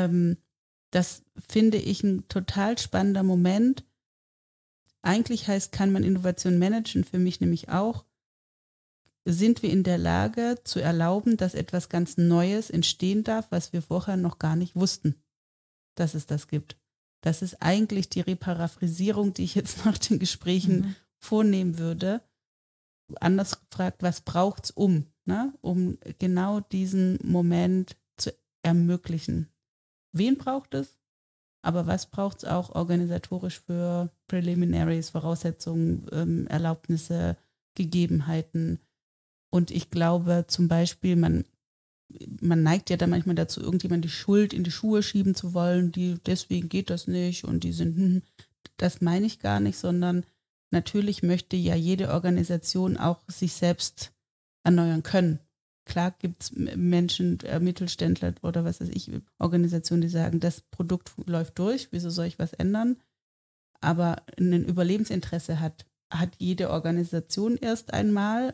das finde ich ein total spannender Moment. Eigentlich heißt, kann man Innovation managen, für mich nämlich auch, sind wir in der Lage zu erlauben, dass etwas ganz Neues entstehen darf, was wir vorher noch gar nicht wussten, dass es das gibt. Das ist eigentlich die Reparaphrasierung, die ich jetzt nach den Gesprächen vornehmen würde. Anders gefragt, was braucht es um genau diesen Moment zu ermöglichen? Wen braucht es? Aber was braucht es auch organisatorisch für Preliminaries, Voraussetzungen, Erlaubnisse, Gegebenheiten? Und ich glaube zum Beispiel, man neigt ja dann manchmal dazu, irgendjemand die Schuld in die Schuhe schieben zu wollen, deswegen geht das nicht und die sind, das meine ich gar nicht, sondern natürlich möchte ja jede Organisation auch sich selbst erneuern können. Klar gibt es Menschen, Mittelständler oder was weiß ich, Organisationen, die sagen, das Produkt läuft durch, wieso soll ich was ändern? Aber ein Überlebensinteresse hat jede Organisation erst einmal.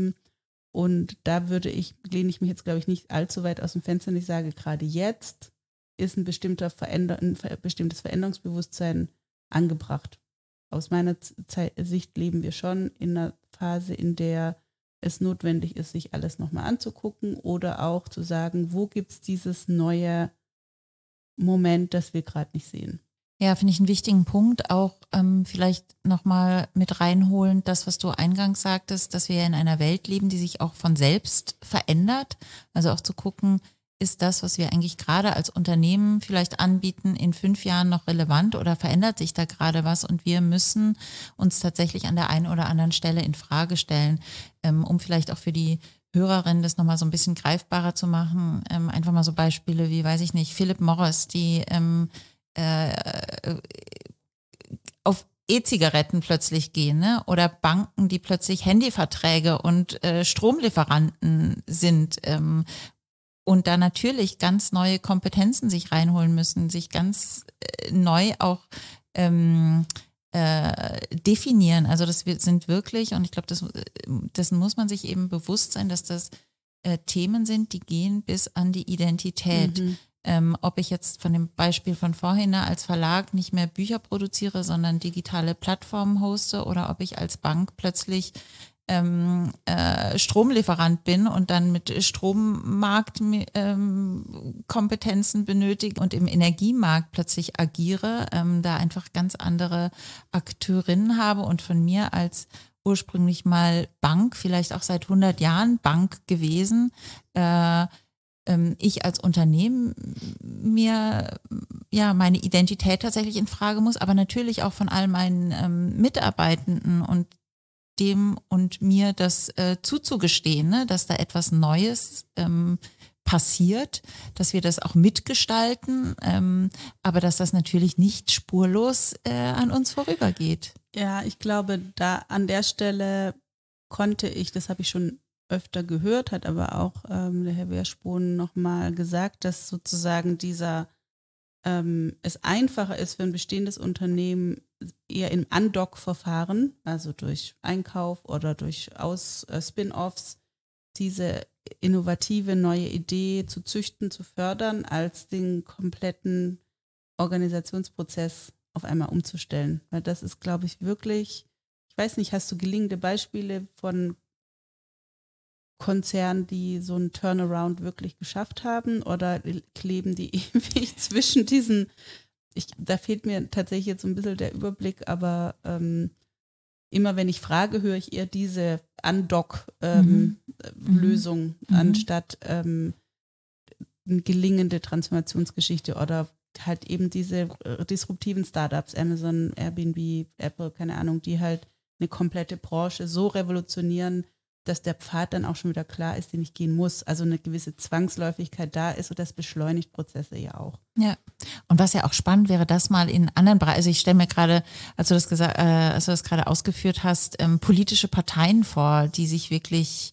Und da lehne ich mich jetzt, glaube ich, nicht allzu weit aus dem Fenster und ich sage, gerade jetzt ist ein bestimmtes Veränderungsbewusstsein angebracht. Aus meiner Sicht leben wir schon in einer Phase, in der es notwendig ist, sich alles nochmal anzugucken oder auch zu sagen, wo gibt es dieses neue Moment, das wir gerade nicht sehen. Ja, finde ich einen wichtigen Punkt, auch vielleicht nochmal mit reinholen, das, was du eingangs sagtest, dass wir ja in einer Welt leben, die sich auch von selbst verändert. Also auch zu gucken, ist das, was wir eigentlich gerade als Unternehmen vielleicht anbieten, in 5 Jahren noch relevant oder verändert sich da gerade was? Und wir müssen uns tatsächlich an der einen oder anderen Stelle in Frage stellen, um vielleicht auch für die Hörerinnen das nochmal so ein bisschen greifbarer zu machen. Einfach mal so Beispiele wie, weiß ich nicht, Philip Morris, die auf E-Zigaretten plötzlich gehen, ne? Oder Banken, die plötzlich Handyverträge und Stromlieferanten sind und da natürlich ganz neue Kompetenzen sich reinholen müssen, sich ganz neu auch definieren. Also das sind wirklich, und ich glaube, dessen muss man sich eben bewusst sein, dass das Themen sind, die gehen bis an die Identität. Ob ich jetzt von dem Beispiel von vorhin als Verlag nicht mehr Bücher produziere, sondern digitale Plattformen hoste oder ob ich als Bank plötzlich Stromlieferant bin und dann mit Strommarktkompetenzen benötige und im Energiemarkt plötzlich agiere, da einfach ganz andere Akteurinnen habe und von mir als ursprünglich mal Bank, vielleicht auch seit 100 Jahren Bank gewesen, ich als Unternehmen mir ja meine Identität tatsächlich in Frage muss, aber natürlich auch von all meinen Mitarbeitenden und dem und mir das zuzugestehen, ne, dass da etwas Neues passiert, dass wir das auch mitgestalten, aber dass das natürlich nicht spurlos an uns vorübergeht. Ja, ich glaube, da an der Stelle das habe ich schon öfter gehört, hat aber auch der Herr Wehrspon nochmal gesagt, dass sozusagen es einfacher ist für ein bestehendes Unternehmen eher im Undock-Verfahren, also durch Einkauf oder durch Spin-offs, diese innovative neue Idee zu züchten, zu fördern, als den kompletten Organisationsprozess auf einmal umzustellen. Weil das ist, glaube ich, wirklich, ich weiß nicht, hast du gelingende Beispiele von Konzernen, die so einen Turnaround wirklich geschafft haben, oder kleben die ewig zwischen diesen, da fehlt mir tatsächlich jetzt so ein bisschen der Überblick, aber immer wenn ich frage, höre ich eher diese Undock-Lösung, anstatt eine gelingende Transformationsgeschichte oder halt eben diese disruptiven Startups, Amazon, Airbnb, Apple, keine Ahnung, die halt eine komplette Branche so revolutionieren, dass der Pfad dann auch schon wieder klar ist, den ich gehen muss. Also eine gewisse Zwangsläufigkeit da ist und das beschleunigt Prozesse ja auch. Ja, und was ja auch spannend wäre, das mal in anderen Bereichen, also ich stelle mir gerade, als du das gerade ausgeführt hast, politische Parteien vor, die sich wirklich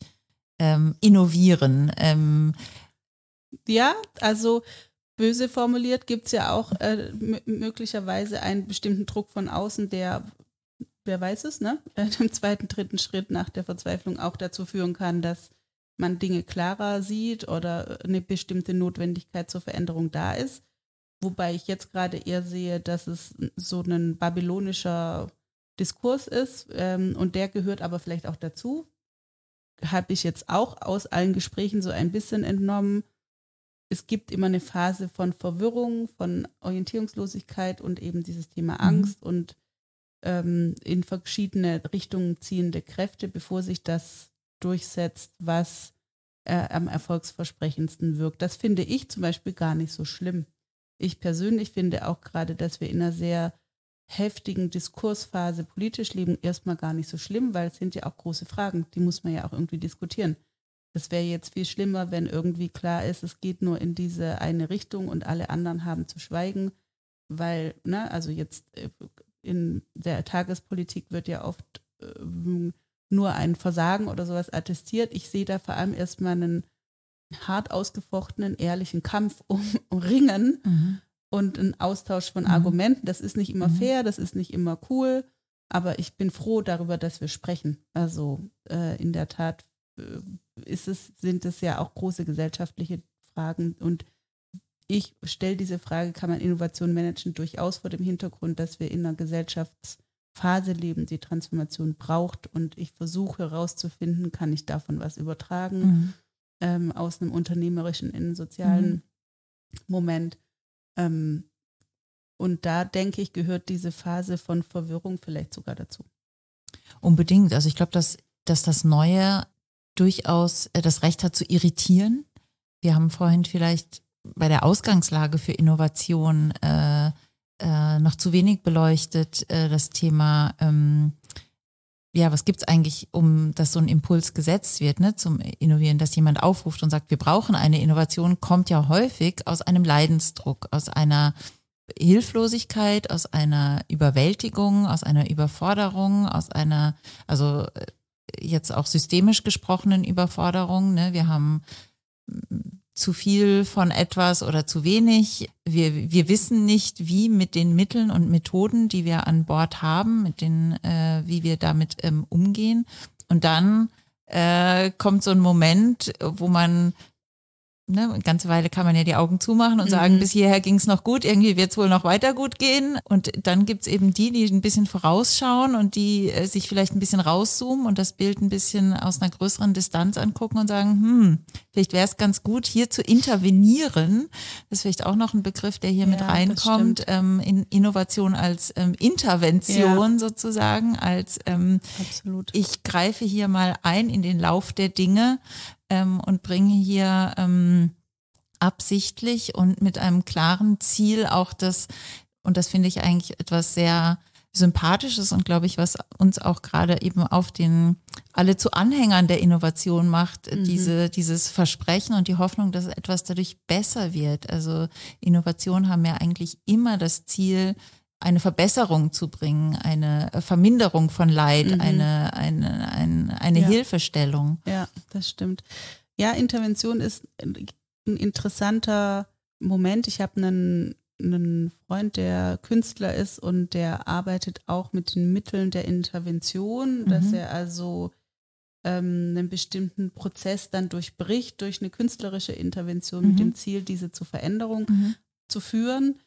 innovieren. Ja, also böse formuliert gibt es ja auch möglicherweise einen bestimmten Druck von außen, der, wer weiß es, ne, im zweiten, dritten Schritt nach der Verzweiflung auch dazu führen kann, dass man Dinge klarer sieht oder eine bestimmte Notwendigkeit zur Veränderung da ist. Wobei ich jetzt gerade eher sehe, dass es so ein babylonischer Diskurs ist und der gehört aber vielleicht auch dazu. Habe ich jetzt auch aus allen Gesprächen so ein bisschen entnommen. Es gibt immer eine Phase von Verwirrung, von Orientierungslosigkeit und eben dieses Thema Angst und in verschiedene Richtungen ziehende Kräfte, bevor sich das durchsetzt, was am erfolgsversprechendsten wirkt. Das finde ich zum Beispiel gar nicht so schlimm. Ich persönlich finde auch gerade, dass wir in einer sehr heftigen Diskursphase politisch leben, erstmal gar nicht so schlimm, weil es sind ja auch große Fragen, die muss man ja auch irgendwie diskutieren. Es wäre jetzt viel schlimmer, wenn irgendwie klar ist, es geht nur in diese eine Richtung und alle anderen haben zu schweigen, weil, ne, also jetzt in der Tagespolitik wird ja oft nur ein Versagen oder sowas attestiert. Ich sehe da vor allem erstmal einen hart ausgefochtenen, ehrlichen Kampf um Ringen und einen Austausch von Argumenten. Das ist nicht immer fair, das ist nicht immer cool, aber ich bin froh darüber, dass wir sprechen. Also in der Tat sind es ja auch große gesellschaftliche Fragen und ich stelle diese Frage, kann man Innovation managen, durchaus vor dem Hintergrund, dass wir in einer Gesellschaftsphase leben, die Transformation braucht und ich versuche herauszufinden, kann ich davon was übertragen aus einem unternehmerischen in einen sozialen Moment. Und da denke ich, gehört diese Phase von Verwirrung vielleicht sogar dazu. Unbedingt. Also ich glaube, dass das Neue durchaus das Recht hat zu irritieren. Wir haben vorhin vielleicht bei der Ausgangslage für Innovation noch zu wenig beleuchtet, das Thema, was gibt es eigentlich, um dass so ein Impuls gesetzt wird, ne, zum Innovieren, dass jemand aufruft und sagt, wir brauchen eine Innovation, kommt ja häufig aus einem Leidensdruck, aus einer Hilflosigkeit, aus einer Überwältigung, aus einer Überforderung, aus einer, also jetzt auch systemisch gesprochenen Überforderung. Ne? Wir haben zu viel von etwas oder zu wenig. Wir wissen nicht, wie mit den Mitteln und Methoden, die wir an Bord haben, wie wir damit umgehen. Und dann kommt so ein Moment, wo man, ne, eine ganze Weile kann man ja die Augen zumachen und sagen, bis hierher ging es noch gut, irgendwie wird es wohl noch weiter gut gehen. Und dann gibt es eben die ein bisschen vorausschauen und die sich vielleicht ein bisschen rauszoomen und das Bild ein bisschen aus einer größeren Distanz angucken und sagen, vielleicht wäre es ganz gut, hier zu intervenieren. Das ist vielleicht auch noch ein Begriff, der hier mit reinkommt. In Innovation als Intervention sozusagen, als Absolut. Ich greife hier mal ein in den Lauf der Dinge und bringe hier absichtlich und mit einem klaren Ziel auch das, und das finde ich eigentlich etwas sehr Sympathisches und glaube ich, was uns auch gerade eben alle zu Anhängern der Innovation macht, dieses Versprechen und die Hoffnung, dass etwas dadurch besser wird. Also Innovationen haben ja eigentlich immer das Ziel, eine Verbesserung zu bringen, eine Verminderung von Leid, eine Hilfestellung. Ja, das stimmt. Ja, Intervention ist ein interessanter Moment. Ich habe einen Freund, der Künstler ist und der arbeitet auch mit den Mitteln der Intervention, dass er also einen bestimmten Prozess dann durchbricht durch eine künstlerische Intervention mit dem Ziel, diese zur Veränderung zu führen.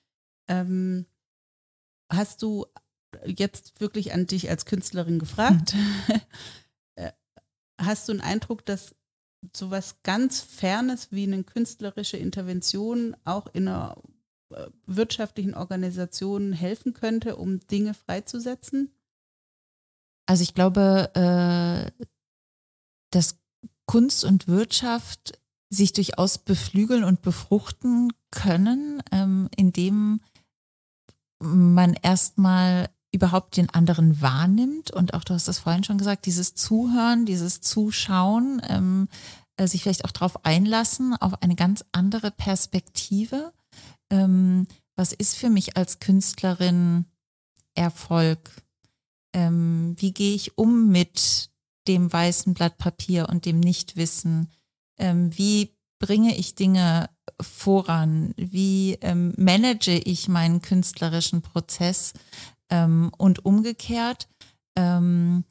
Hast du jetzt wirklich an dich als Künstlerin gefragt? Hast du einen Eindruck, dass sowas ganz Fernes wie eine künstlerische Intervention auch in einer wirtschaftlichen Organisation helfen könnte, um Dinge freizusetzen? Also ich glaube, dass Kunst und Wirtschaft sich durchaus beflügeln und befruchten können. indem man erstmal überhaupt den anderen wahrnimmt und auch, du hast das vorhin schon gesagt, dieses Zuhören, dieses Zuschauen, sich vielleicht auch darauf einlassen, auf eine ganz andere Perspektive. Was ist für mich als Künstlerin Erfolg? Wie gehe ich um mit dem weißen Blatt Papier und dem Nichtwissen? Wie bringe ich Dinge voran? Wie manage ich meinen künstlerischen Prozess und umgekehrt? Und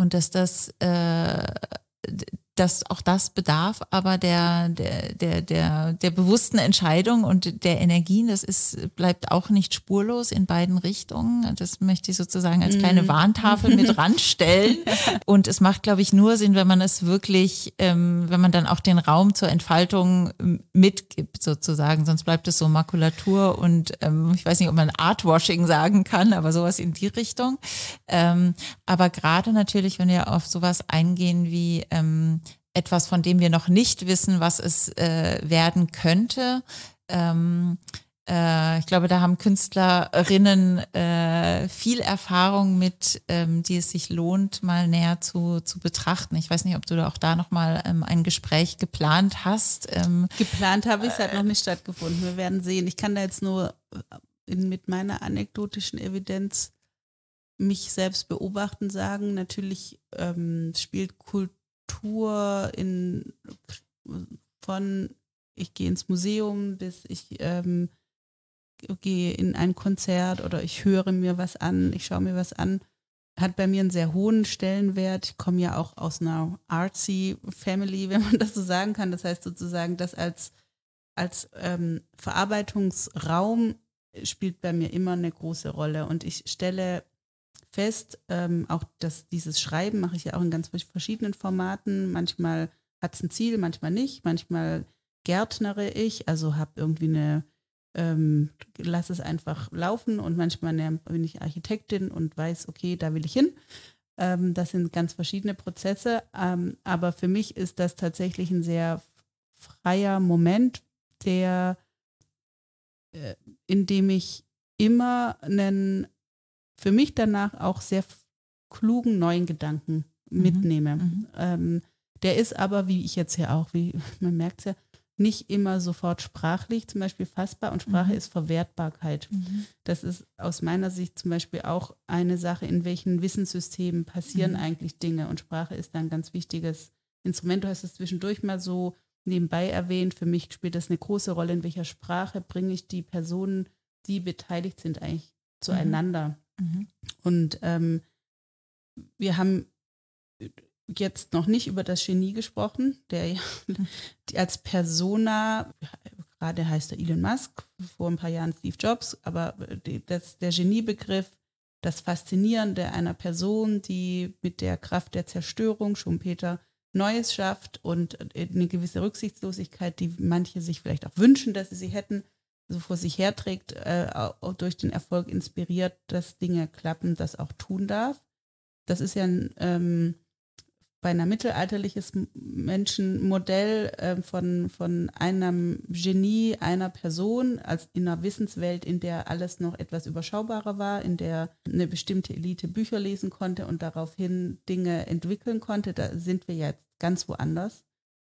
dass auch das bedarf, aber der bewussten Entscheidung und der Energien, bleibt auch nicht spurlos in beiden Richtungen. Das möchte ich sozusagen als kleine Warntafel mit ranstellen. Und es macht, glaube ich, nur Sinn, wenn man es wirklich, wenn man dann auch den Raum zur Entfaltung mitgibt, sozusagen. Sonst bleibt es so Makulatur und ich weiß nicht, ob man Artwashing sagen kann, aber sowas in die Richtung. Aber gerade natürlich, wenn wir auf sowas eingehen wie etwas, von dem wir noch nicht wissen, was es werden könnte. Ich glaube, da haben Künstlerinnen viel Erfahrung mit, die es sich lohnt, mal näher zu betrachten. Ich weiß nicht, ob du auch da nochmal ein Gespräch geplant hast. Geplant habe ich, es hat noch nicht stattgefunden. Wir werden sehen. Ich kann da jetzt nur mit meiner anekdotischen Evidenz mich selbst beobachten sagen. Natürlich spielt Kultur von ich gehe ins Museum bis ich gehe in ein Konzert oder ich höre mir was an, ich schaue mir was an, hat bei mir einen sehr hohen Stellenwert. Ich komme ja auch aus einer artsy Family, wenn man das so sagen kann. Das heißt sozusagen, das als Verarbeitungsraum spielt bei mir immer eine große Rolle und ich stelle fest, auch dieses Schreiben mache ich ja auch in ganz verschiedenen Formaten. Manchmal hat es ein Ziel, manchmal nicht. Manchmal gärtnere ich, also habe irgendwie lass es einfach laufen und manchmal bin ich Architektin und weiß, okay, da will ich hin. Das sind ganz verschiedene Prozesse, aber für mich ist das tatsächlich ein sehr freier Moment, in dem ich immer für mich danach auch sehr klugen neuen Gedanken mitnehme. Der ist aber, wie ich jetzt ja auch, wie man merkt es ja, nicht immer sofort sprachlich zum Beispiel fassbar und Sprache ist Verwertbarkeit. Das ist aus meiner Sicht zum Beispiel auch eine Sache, in welchen Wissenssystemen passieren eigentlich Dinge und Sprache ist ein ganz wichtiges Instrument. Du hast es zwischendurch mal so nebenbei erwähnt, für mich spielt das eine große Rolle, in welcher Sprache bringe ich die Personen, die beteiligt sind, eigentlich zueinander. Und wir haben jetzt noch nicht über das Genie gesprochen, der ja als Persona, gerade heißt er Elon Musk, vor ein paar Jahren Steve Jobs, aber der Geniebegriff, das Faszinierende einer Person, die mit der Kraft der Zerstörung, Schumpeter, Neues schafft und eine gewisse Rücksichtslosigkeit, die manche sich vielleicht auch wünschen, dass sie hätten, so vor sich herträgt, auch durch den Erfolg inspiriert, dass Dinge klappen, das auch tun darf. Das ist ja bei einer mittelalterliches Menschenmodell von einem Genie, einer Person, als in einer Wissenswelt, in der alles noch etwas überschaubarer war, in der eine bestimmte Elite Bücher lesen konnte und daraufhin Dinge entwickeln konnte. Da sind wir jetzt ganz woanders.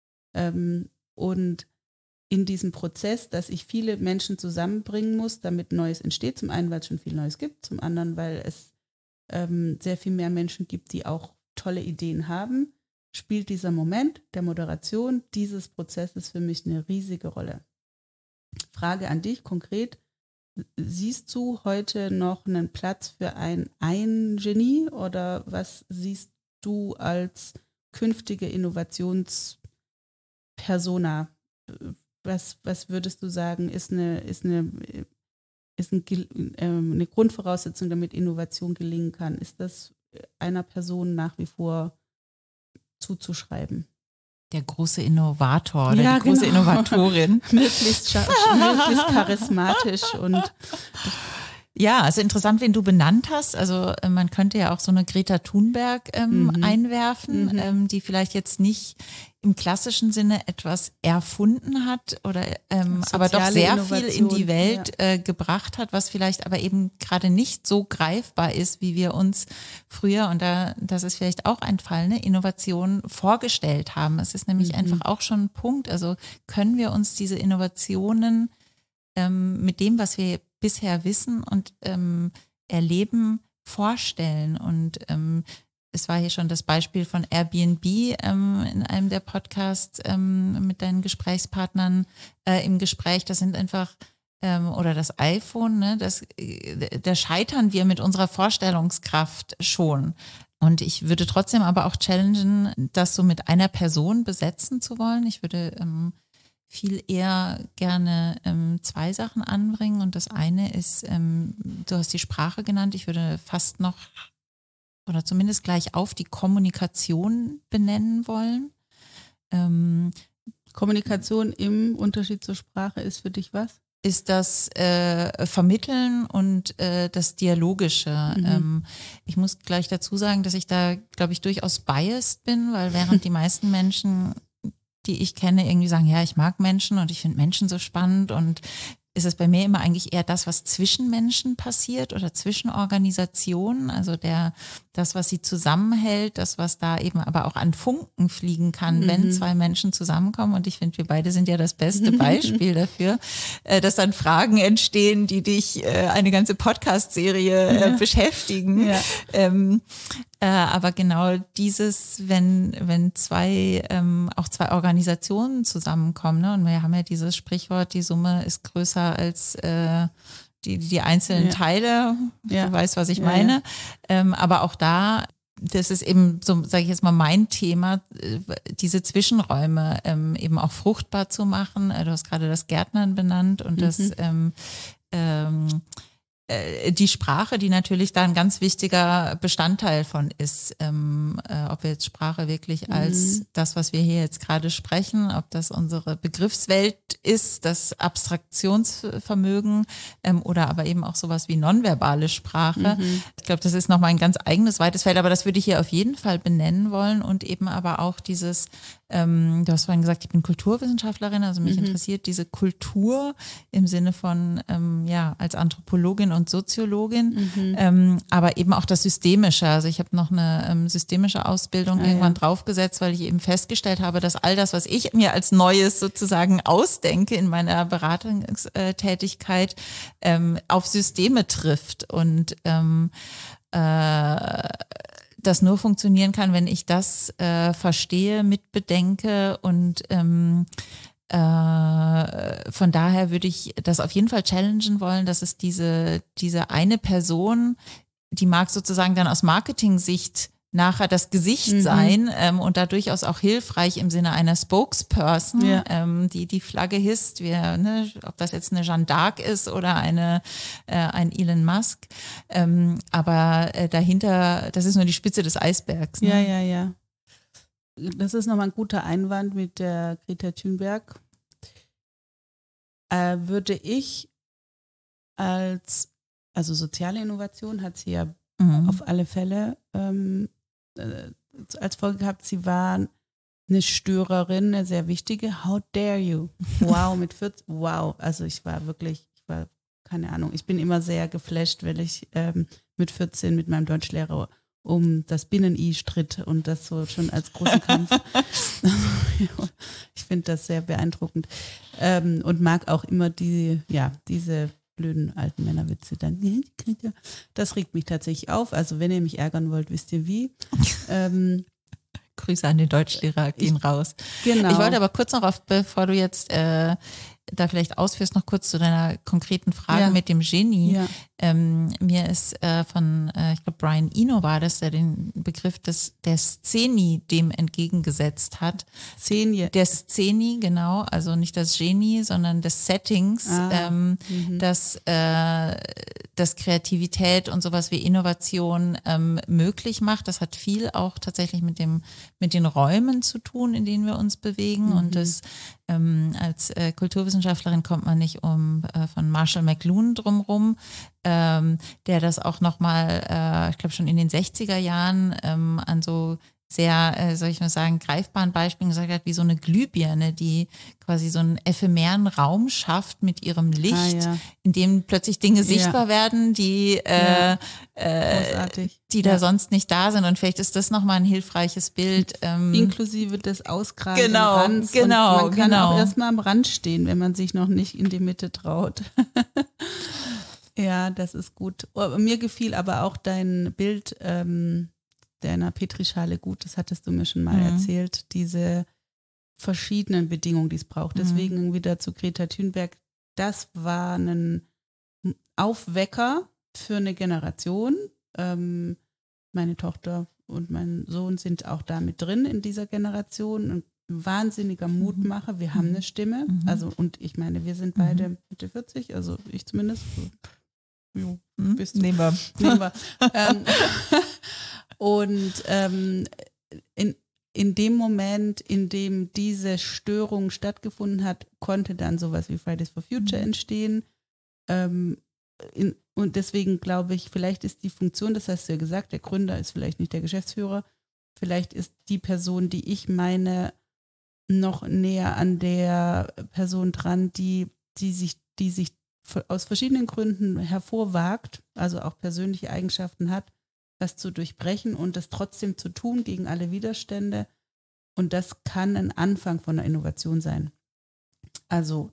Und in diesem Prozess, dass ich viele Menschen zusammenbringen muss, damit Neues entsteht. Zum einen, weil es schon viel Neues gibt, zum anderen, weil es sehr viel mehr Menschen gibt, die auch tolle Ideen haben, spielt dieser Moment der Moderation dieses Prozesses für mich eine riesige Rolle. Frage an dich konkret, siehst du heute noch einen Platz für ein Genie oder was siehst du als künftige Innovationspersona? Was würdest du sagen, ist eine Grundvoraussetzung, damit Innovation gelingen kann? Ist das einer Person nach wie vor zuzuschreiben? Der große Innovator oder die große Innovatorin. möglichst charismatisch und Ja, also interessant, wen du benannt hast. Also man könnte ja auch so eine Greta Thunberg einwerfen, die vielleicht jetzt nicht im klassischen Sinne etwas erfunden hat oder aber doch sehr viel in die Welt gebracht hat, was vielleicht aber eben gerade nicht so greifbar ist, wie wir uns früher, und das ist vielleicht auch ein Fall, ne, Innovation vorgestellt haben. Es ist nämlich einfach auch schon ein Punkt. Also können wir uns diese Innovationen mit dem, was wir bisher wissen und erleben, vorstellen. Und es war hier schon das Beispiel von Airbnb in einem der Podcasts mit deinen Gesprächspartnern im Gespräch. Das sind einfach, oder das iPhone, ne, da scheitern wir mit unserer Vorstellungskraft schon. Und ich würde trotzdem aber auch challengen, das so mit einer Person besetzen zu wollen. Ich würde viel eher gerne zwei Sachen anbringen, und das eine ist, du hast die Sprache genannt, ich würde fast noch oder zumindest gleich auf die Kommunikation benennen wollen. Kommunikation im Unterschied zur Sprache ist für dich was? Ist das Vermitteln und das Dialogische. Ich muss gleich dazu sagen, dass ich da, glaube ich, durchaus biased bin, weil während die meisten Menschen, die ich kenne, irgendwie sagen, ja, ich mag Menschen und ich finde Menschen so spannend, und ist es bei mir immer eigentlich eher das, was zwischen Menschen passiert oder zwischen Organisationen, also das, was sie zusammenhält, das, was da eben aber auch an Funken fliegen kann, wenn zwei Menschen zusammenkommen. Und ich finde, wir beide sind ja das beste Beispiel dafür, dass dann Fragen entstehen, die dich eine ganze Podcast-Serie beschäftigen. Ja. Aber genau dieses, wenn zwei Organisationen zusammenkommen, ne, und wir haben ja dieses Sprichwort, die Summe ist größer als die einzelnen Teile, du weißt, was ich meine. Aber auch da, das ist eben so, sage ich jetzt mal, mein Thema, diese Zwischenräume eben auch fruchtbar zu machen. Du hast gerade das Gärtnern benannt und das die Sprache, die natürlich da ein ganz wichtiger Bestandteil von ist, ob wir jetzt Sprache wirklich als das, was wir hier jetzt gerade sprechen, ob das unsere Begriffswelt ist, das Abstraktionsvermögen oder aber eben auch sowas wie nonverbale Sprache. Ich glaube, das ist nochmal ein ganz eigenes, weites Feld, aber das würde ich hier auf jeden Fall benennen wollen, und eben aber auch dieses, du hast vorhin gesagt, ich bin Kulturwissenschaftlerin, also mich interessiert diese Kultur im Sinne von, als Anthropologin und Soziologin, aber eben auch das Systemische. Also ich habe noch eine systemische Ausbildung irgendwann draufgesetzt, weil ich eben festgestellt habe, dass all das, was ich mir als Neues sozusagen ausdenke in meiner Beratungstätigkeit, auf Systeme trifft und das nur funktionieren kann, wenn ich das verstehe, mitbedenke, und von daher würde ich das auf jeden Fall challengen wollen, dass es diese eine Person, die mag sozusagen dann aus Marketing-Sicht nachher das Gesicht sein und da durchaus auch hilfreich im Sinne einer Spokesperson, die Flagge hisst, ob das jetzt eine Jeanne d'Arc ist oder ein Elon Musk, aber dahinter, das ist nur die Spitze des Eisbergs. Ne? Ja. Das ist nochmal ein guter Einwand mit der Greta Thunberg. Würde ich also soziale Innovation hat sie ja auf alle Fälle als Folge gehabt, sie war eine Störerin, eine sehr wichtige. How dare you? Wow, mit 14, wow. Also ich war keine Ahnung, ich bin immer sehr geflasht, weil ich mit 14 mit meinem Deutschlehrer um das Binnen-I stritt und das so schon als großen Kampf. Ich finde das sehr beeindruckend und mag auch immer diese blöden alten Männerwitze dann. Das regt mich tatsächlich auf. Also wenn ihr mich ärgern wollt, wisst ihr wie. Grüße an den Deutschlehrer, gehen raus. Genau. Ich wollte aber kurz noch bevor du jetzt da vielleicht ausführst, noch kurz zu deiner konkreten Frage mit dem Genie. Ja. Mir ist ich glaube Brian Eno war das, der den Begriff der Szeni dem entgegengesetzt hat. Szenie. Der Szeni, genau, also nicht das Genie, sondern des Settings, dass Kreativität und sowas wie Innovation möglich macht. Das hat viel auch tatsächlich mit den Räumen zu tun, in denen wir uns bewegen, und das als Kulturwissenschaftlerin kommt man nicht von Marshall McLuhan drumherum, der das auch nochmal, ich glaube schon in den 60er Jahren an so sehr, soll ich mal sagen, greifbaren Beispielen gesagt hat, wie so eine Glühbirne, die quasi so einen ephemeren Raum schafft mit ihrem Licht, in dem plötzlich Dinge sichtbar werden, die da sonst nicht da sind. Und vielleicht ist das nochmal ein hilfreiches Bild. Inklusive des ausgrabenden Rands. Genau, und man kann auch erstmal am Rand stehen, wenn man sich noch nicht in die Mitte traut. Ja, das ist gut. Mir gefiel aber auch dein Bild deiner Petrischale gut, das hattest du mir schon mal erzählt, diese verschiedenen Bedingungen, die es braucht. Deswegen wieder zu Greta Thunberg, das war ein Aufwecker für eine Generation. Meine Tochter und mein Sohn sind auch da mit drin in dieser Generation. Ein wahnsinniger Mutmacher, wir haben eine Stimme. Also, und ich meine, wir sind beide Mitte 40, also ich zumindest. Jo, bist du. Nehmen wir. Und in dem Moment, in dem diese Störung stattgefunden hat, konnte dann sowas wie Fridays for Future entstehen. Und deswegen glaube ich, vielleicht ist die Funktion, das hast du ja gesagt, der Gründer ist vielleicht nicht der Geschäftsführer, vielleicht ist die Person, die ich meine, noch näher an der Person dran, die sich aus verschiedenen Gründen hervorwagt, also auch persönliche Eigenschaften hat, das zu durchbrechen und das trotzdem zu tun gegen alle Widerstände. Und das kann ein Anfang von einer Innovation sein. Also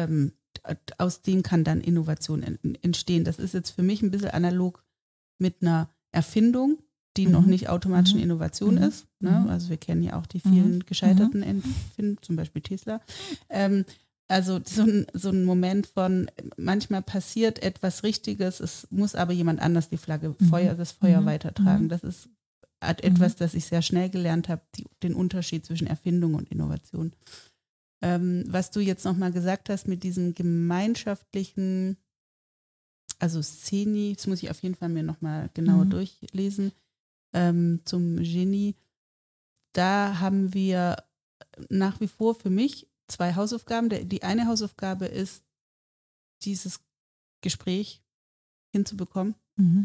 aus dem kann dann Innovation entstehen. Das ist jetzt für mich ein bisschen analog mit einer Erfindung, die noch nicht automatisch eine Innovation ist. Ne? Also wir kennen ja auch die vielen gescheiterten Erfindungen, zum Beispiel Tesla. Also so ein Moment von, manchmal passiert etwas Richtiges, es muss aber jemand anders die Flagge, das Feuer weitertragen. Das ist etwas, das ich sehr schnell gelernt habe, den Unterschied zwischen Erfindung und Innovation. Was du jetzt nochmal gesagt hast mit diesem gemeinschaftlichen, also Szeni, das muss ich auf jeden Fall mir nochmal genauer durchlesen, zum Genie, da haben wir nach wie vor für mich 2 Hausaufgaben. Die eine Hausaufgabe ist, dieses Gespräch hinzubekommen,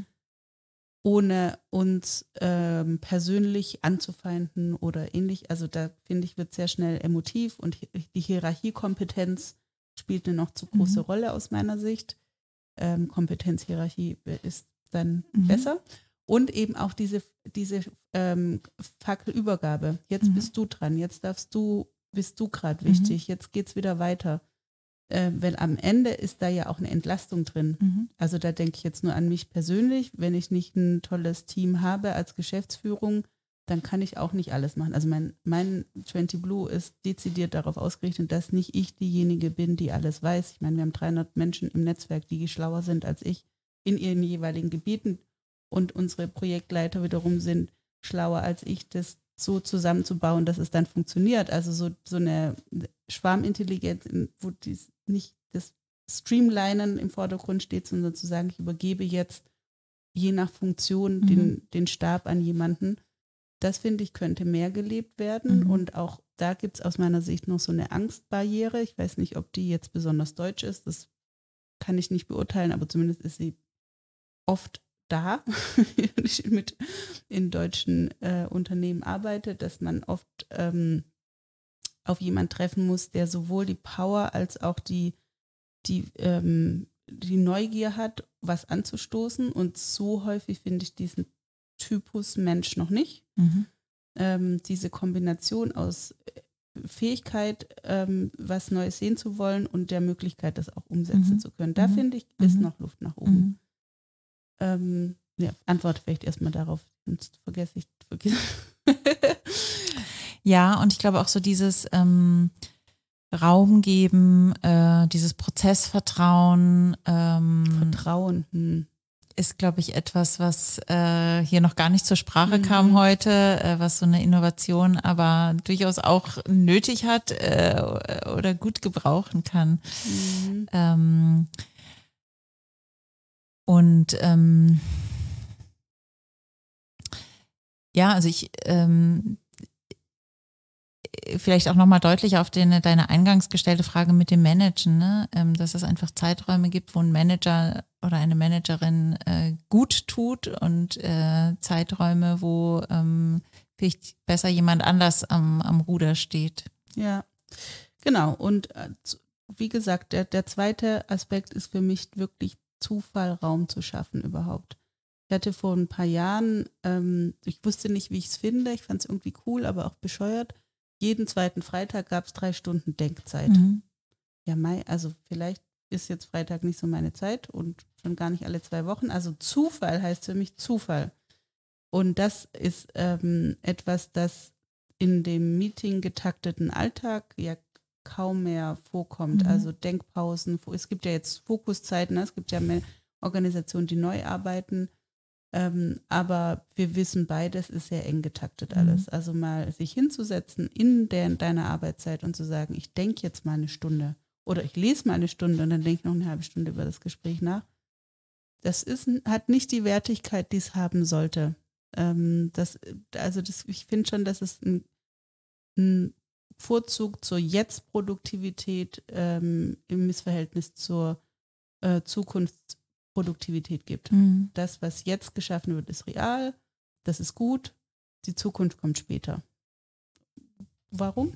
ohne uns persönlich anzufeinden oder ähnlich. Also da finde ich, wird sehr schnell emotiv und die Hierarchiekompetenz spielt eine noch zu große Rolle aus meiner Sicht. Kompetenzhierarchie ist dann besser. Und eben auch diese Fackelübergabe. Jetzt bist du dran, jetzt bist du gerade wichtig, jetzt geht's wieder weiter. Weil am Ende ist da ja auch eine Entlastung drin. Also da denke ich jetzt nur an mich persönlich. Wenn ich nicht ein tolles Team habe als Geschäftsführung, dann kann ich auch nicht alles machen. Also mein 20 Blue ist dezidiert darauf ausgerichtet, dass nicht ich diejenige bin, die alles weiß. Ich meine, wir haben 300 Menschen im Netzwerk, die schlauer sind als ich in ihren jeweiligen Gebieten. Und unsere Projektleiter wiederum sind schlauer als ich, das so zusammenzubauen, dass es dann funktioniert. Also so eine Schwarmintelligenz, wo nicht das Streamlinen im Vordergrund steht, sondern zu sagen, ich übergebe jetzt je nach Funktion den Stab an jemanden. Das, finde ich, könnte mehr gelebt werden. Und auch da gibt es aus meiner Sicht noch so eine Angstbarriere. Ich weiß nicht, ob die jetzt besonders deutsch ist. Das kann ich nicht beurteilen, aber zumindest ist sie oft da, wenn ich mit in deutschen Unternehmen arbeite, dass man oft auf jemanden treffen muss, der sowohl die Power als auch die Neugier hat, was anzustoßen. Und so häufig finde ich diesen Typus Mensch noch nicht. Diese Kombination aus Fähigkeit, was Neues sehen zu wollen und der Möglichkeit, das auch umsetzen zu können. Da finde ich, ist noch Luft nach oben. Antwort vielleicht erstmal darauf, sonst vergesse ich. Ja, und ich glaube auch so dieses Raum geben, dieses Prozessvertrauen. Vertrauen. Ist, glaube ich, etwas, was hier noch gar nicht zur Sprache kam heute, was so eine Innovation aber durchaus auch nötig hat oder gut gebrauchen kann. Und ja, also vielleicht auch nochmal deutlich auf deine eingangs gestellte Frage mit dem Managen, ne? Dass es einfach Zeiträume gibt, wo ein Manager oder eine Managerin gut tut und Zeiträume, wo vielleicht besser jemand anders am Ruder steht. Ja, genau. Und wie gesagt, der zweite Aspekt ist für mich wirklich Zufall, Raum zu schaffen überhaupt. Ich hatte vor ein paar Jahren, ich wusste nicht, wie ich es finde, ich fand es irgendwie cool, aber auch bescheuert. Jeden zweiten Freitag gab es 3 Stunden Denkzeit. Mhm. Ja, also vielleicht ist jetzt Freitag nicht so meine Zeit und schon gar nicht alle 2 Wochen. Also Zufall heißt für mich Zufall. Und das ist etwas, das in dem Meeting getakteten Alltag ja kaum mehr vorkommt. Also Denkpausen, es gibt ja jetzt Fokuszeiten, es gibt ja mehr Organisationen, die neu arbeiten. Aber wir wissen beides ist sehr eng getaktet alles. Also mal sich hinzusetzen in deiner Arbeitszeit und zu sagen, ich denke jetzt mal eine Stunde oder ich lese mal eine Stunde und dann denke ich noch eine halbe Stunde über das Gespräch nach. Das hat nicht die Wertigkeit, die es haben sollte. Ich finde schon, dass es ein Vorzug zur Jetzt-Produktivität im Missverhältnis zur Zukunftsproduktivität gibt. Das, was jetzt geschaffen wird, ist real, das ist gut, die Zukunft kommt später. Warum?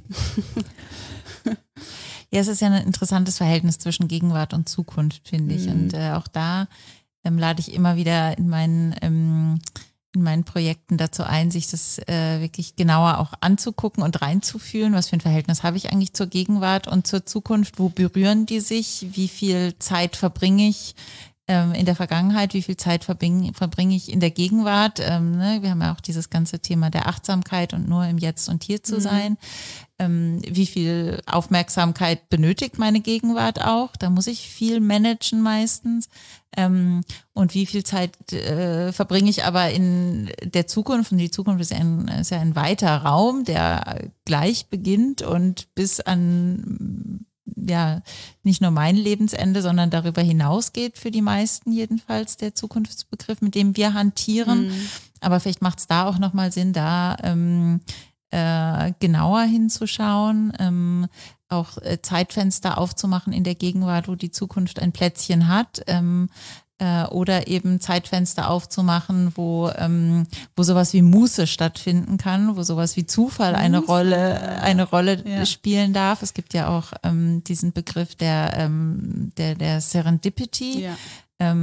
Ja, es ist ja ein interessantes Verhältnis zwischen Gegenwart und Zukunft, finde ich. Und auch da lade ich immer wieder in meinen Projekten dazu ein, sich das wirklich genauer auch anzugucken und reinzufühlen. Was für ein Verhältnis habe ich eigentlich zur Gegenwart und zur Zukunft? Wo berühren die sich? Wie viel Zeit verbringe ich in der Vergangenheit? Wie viel Zeit verbringe ich in der Gegenwart? Wir haben ja auch dieses ganze Thema der Achtsamkeit und nur im Jetzt und Hier zu sein. Wie viel Aufmerksamkeit benötigt meine Gegenwart auch? Da muss ich viel managen meistens. Und wie viel Zeit verbringe ich aber in der Zukunft? Und die Zukunft ist ja ein weiter Raum, der gleich beginnt und bis an nicht nur mein Lebensende, sondern darüber hinausgeht für die meisten jedenfalls der Zukunftsbegriff, mit dem wir hantieren. Aber vielleicht macht es da auch nochmal Sinn, da genauer hinzuschauen, auch Zeitfenster aufzumachen in der Gegenwart, wo die Zukunft ein Plätzchen hat, oder eben Zeitfenster aufzumachen, wo sowas wie Muße stattfinden kann, wo sowas wie Zufall eine Rolle spielen darf. Es gibt ja auch diesen Begriff der Serendipity. Ja.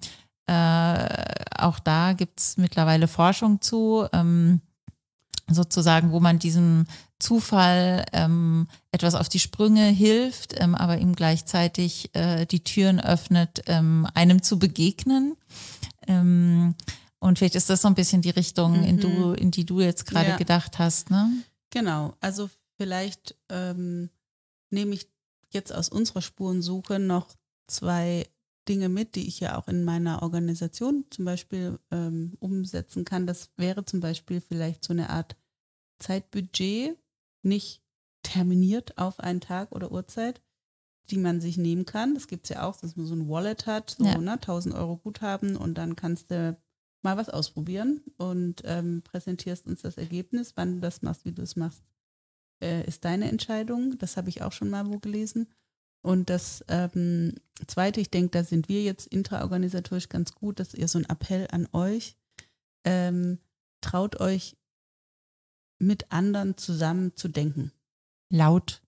Auch da gibt es mittlerweile Forschung zu, sozusagen, wo man diesem Zufall etwas auf die Sprünge hilft, aber ihm gleichzeitig die Türen öffnet, einem zu begegnen. Und vielleicht ist das so ein bisschen die Richtung, in die du jetzt gerade gedacht hast, ne? Genau, also vielleicht nehme ich jetzt aus unserer Spurensuche noch 2 Dinge mit, die ich ja auch in meiner Organisation zum Beispiel umsetzen kann. Das wäre zum Beispiel vielleicht so eine Art Zeitbudget, nicht terminiert auf einen Tag oder Uhrzeit, die man sich nehmen kann. Das gibt es ja auch, dass man so ein Wallet hat, so 1.000 Euro Guthaben und dann kannst du mal was ausprobieren und präsentierst uns das Ergebnis. Wann du das machst, wie du es machst, ist deine Entscheidung. Das habe ich auch schon mal wo gelesen. Und das Zweite, ich denke, da sind wir jetzt intraorganisatorisch ganz gut, das ist eher so ein Appell an euch. Traut euch, mit anderen zusammen zu denken. Laut.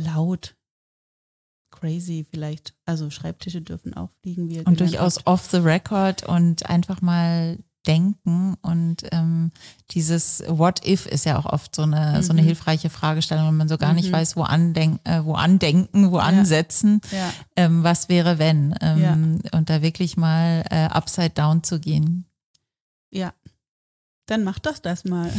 Crazy vielleicht. Also Schreibtische dürfen auch fliegen. Wie und durchaus off the record und einfach mal denken. Und dieses What if ist ja auch oft so eine hilfreiche Fragestellung, wenn man so gar nicht weiß, wo ansetzen. Ja. Was wäre, wenn? Und da wirklich mal upside down zu gehen. Ja. Dann macht doch das mal.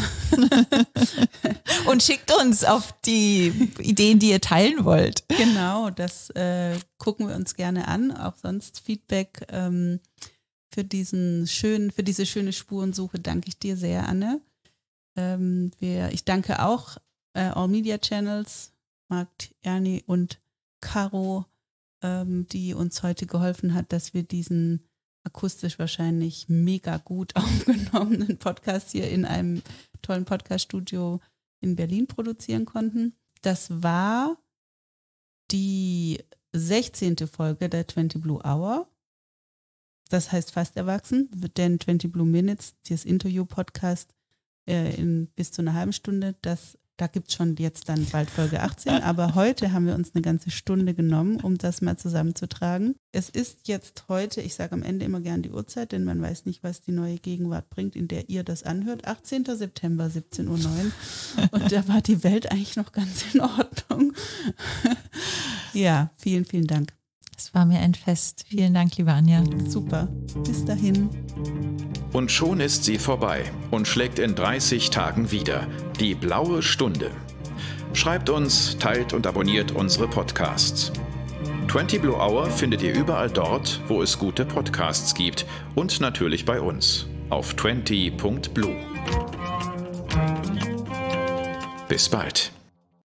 Und schickt uns auf die Ideen, die ihr teilen wollt. Genau, das gucken wir uns gerne an. Auch sonst Feedback für diese schöne Spurensuche danke ich dir sehr, Anne. Ich danke auch All Media Channels, Marc, Ernie und Caro, die uns heute geholfen hat, dass wir diesen akustisch wahrscheinlich mega gut aufgenommenen Podcast hier in einem tollen Podcast-Studio in Berlin produzieren konnten. Das war die 16. Folge der 20 Blue Hour. Das heißt fast erwachsen, denn 20 Blue Minutes, dieses Interview-Podcast in bis zu einer halben Stunde, da gibt es schon jetzt dann bald Folge 18, aber heute haben wir uns eine ganze Stunde genommen, um das mal zusammenzutragen. Es ist jetzt heute, ich sage am Ende immer gern die Uhrzeit, denn man weiß nicht, was die neue Gegenwart bringt, in der ihr das anhört, 18. September, 17:09 Uhr und da war die Welt eigentlich noch ganz in Ordnung. Ja, vielen, vielen Dank. Es war mir ein Fest. Vielen Dank, liebe Anja. Super, bis dahin. Und schon ist sie vorbei und schlägt in 30 Tagen wieder. Die blaue Stunde. Schreibt uns, teilt und abonniert unsere Podcasts. 20 Blue Hour findet ihr überall dort, wo es gute Podcasts gibt. Und natürlich bei uns auf 20.blue. Bis bald.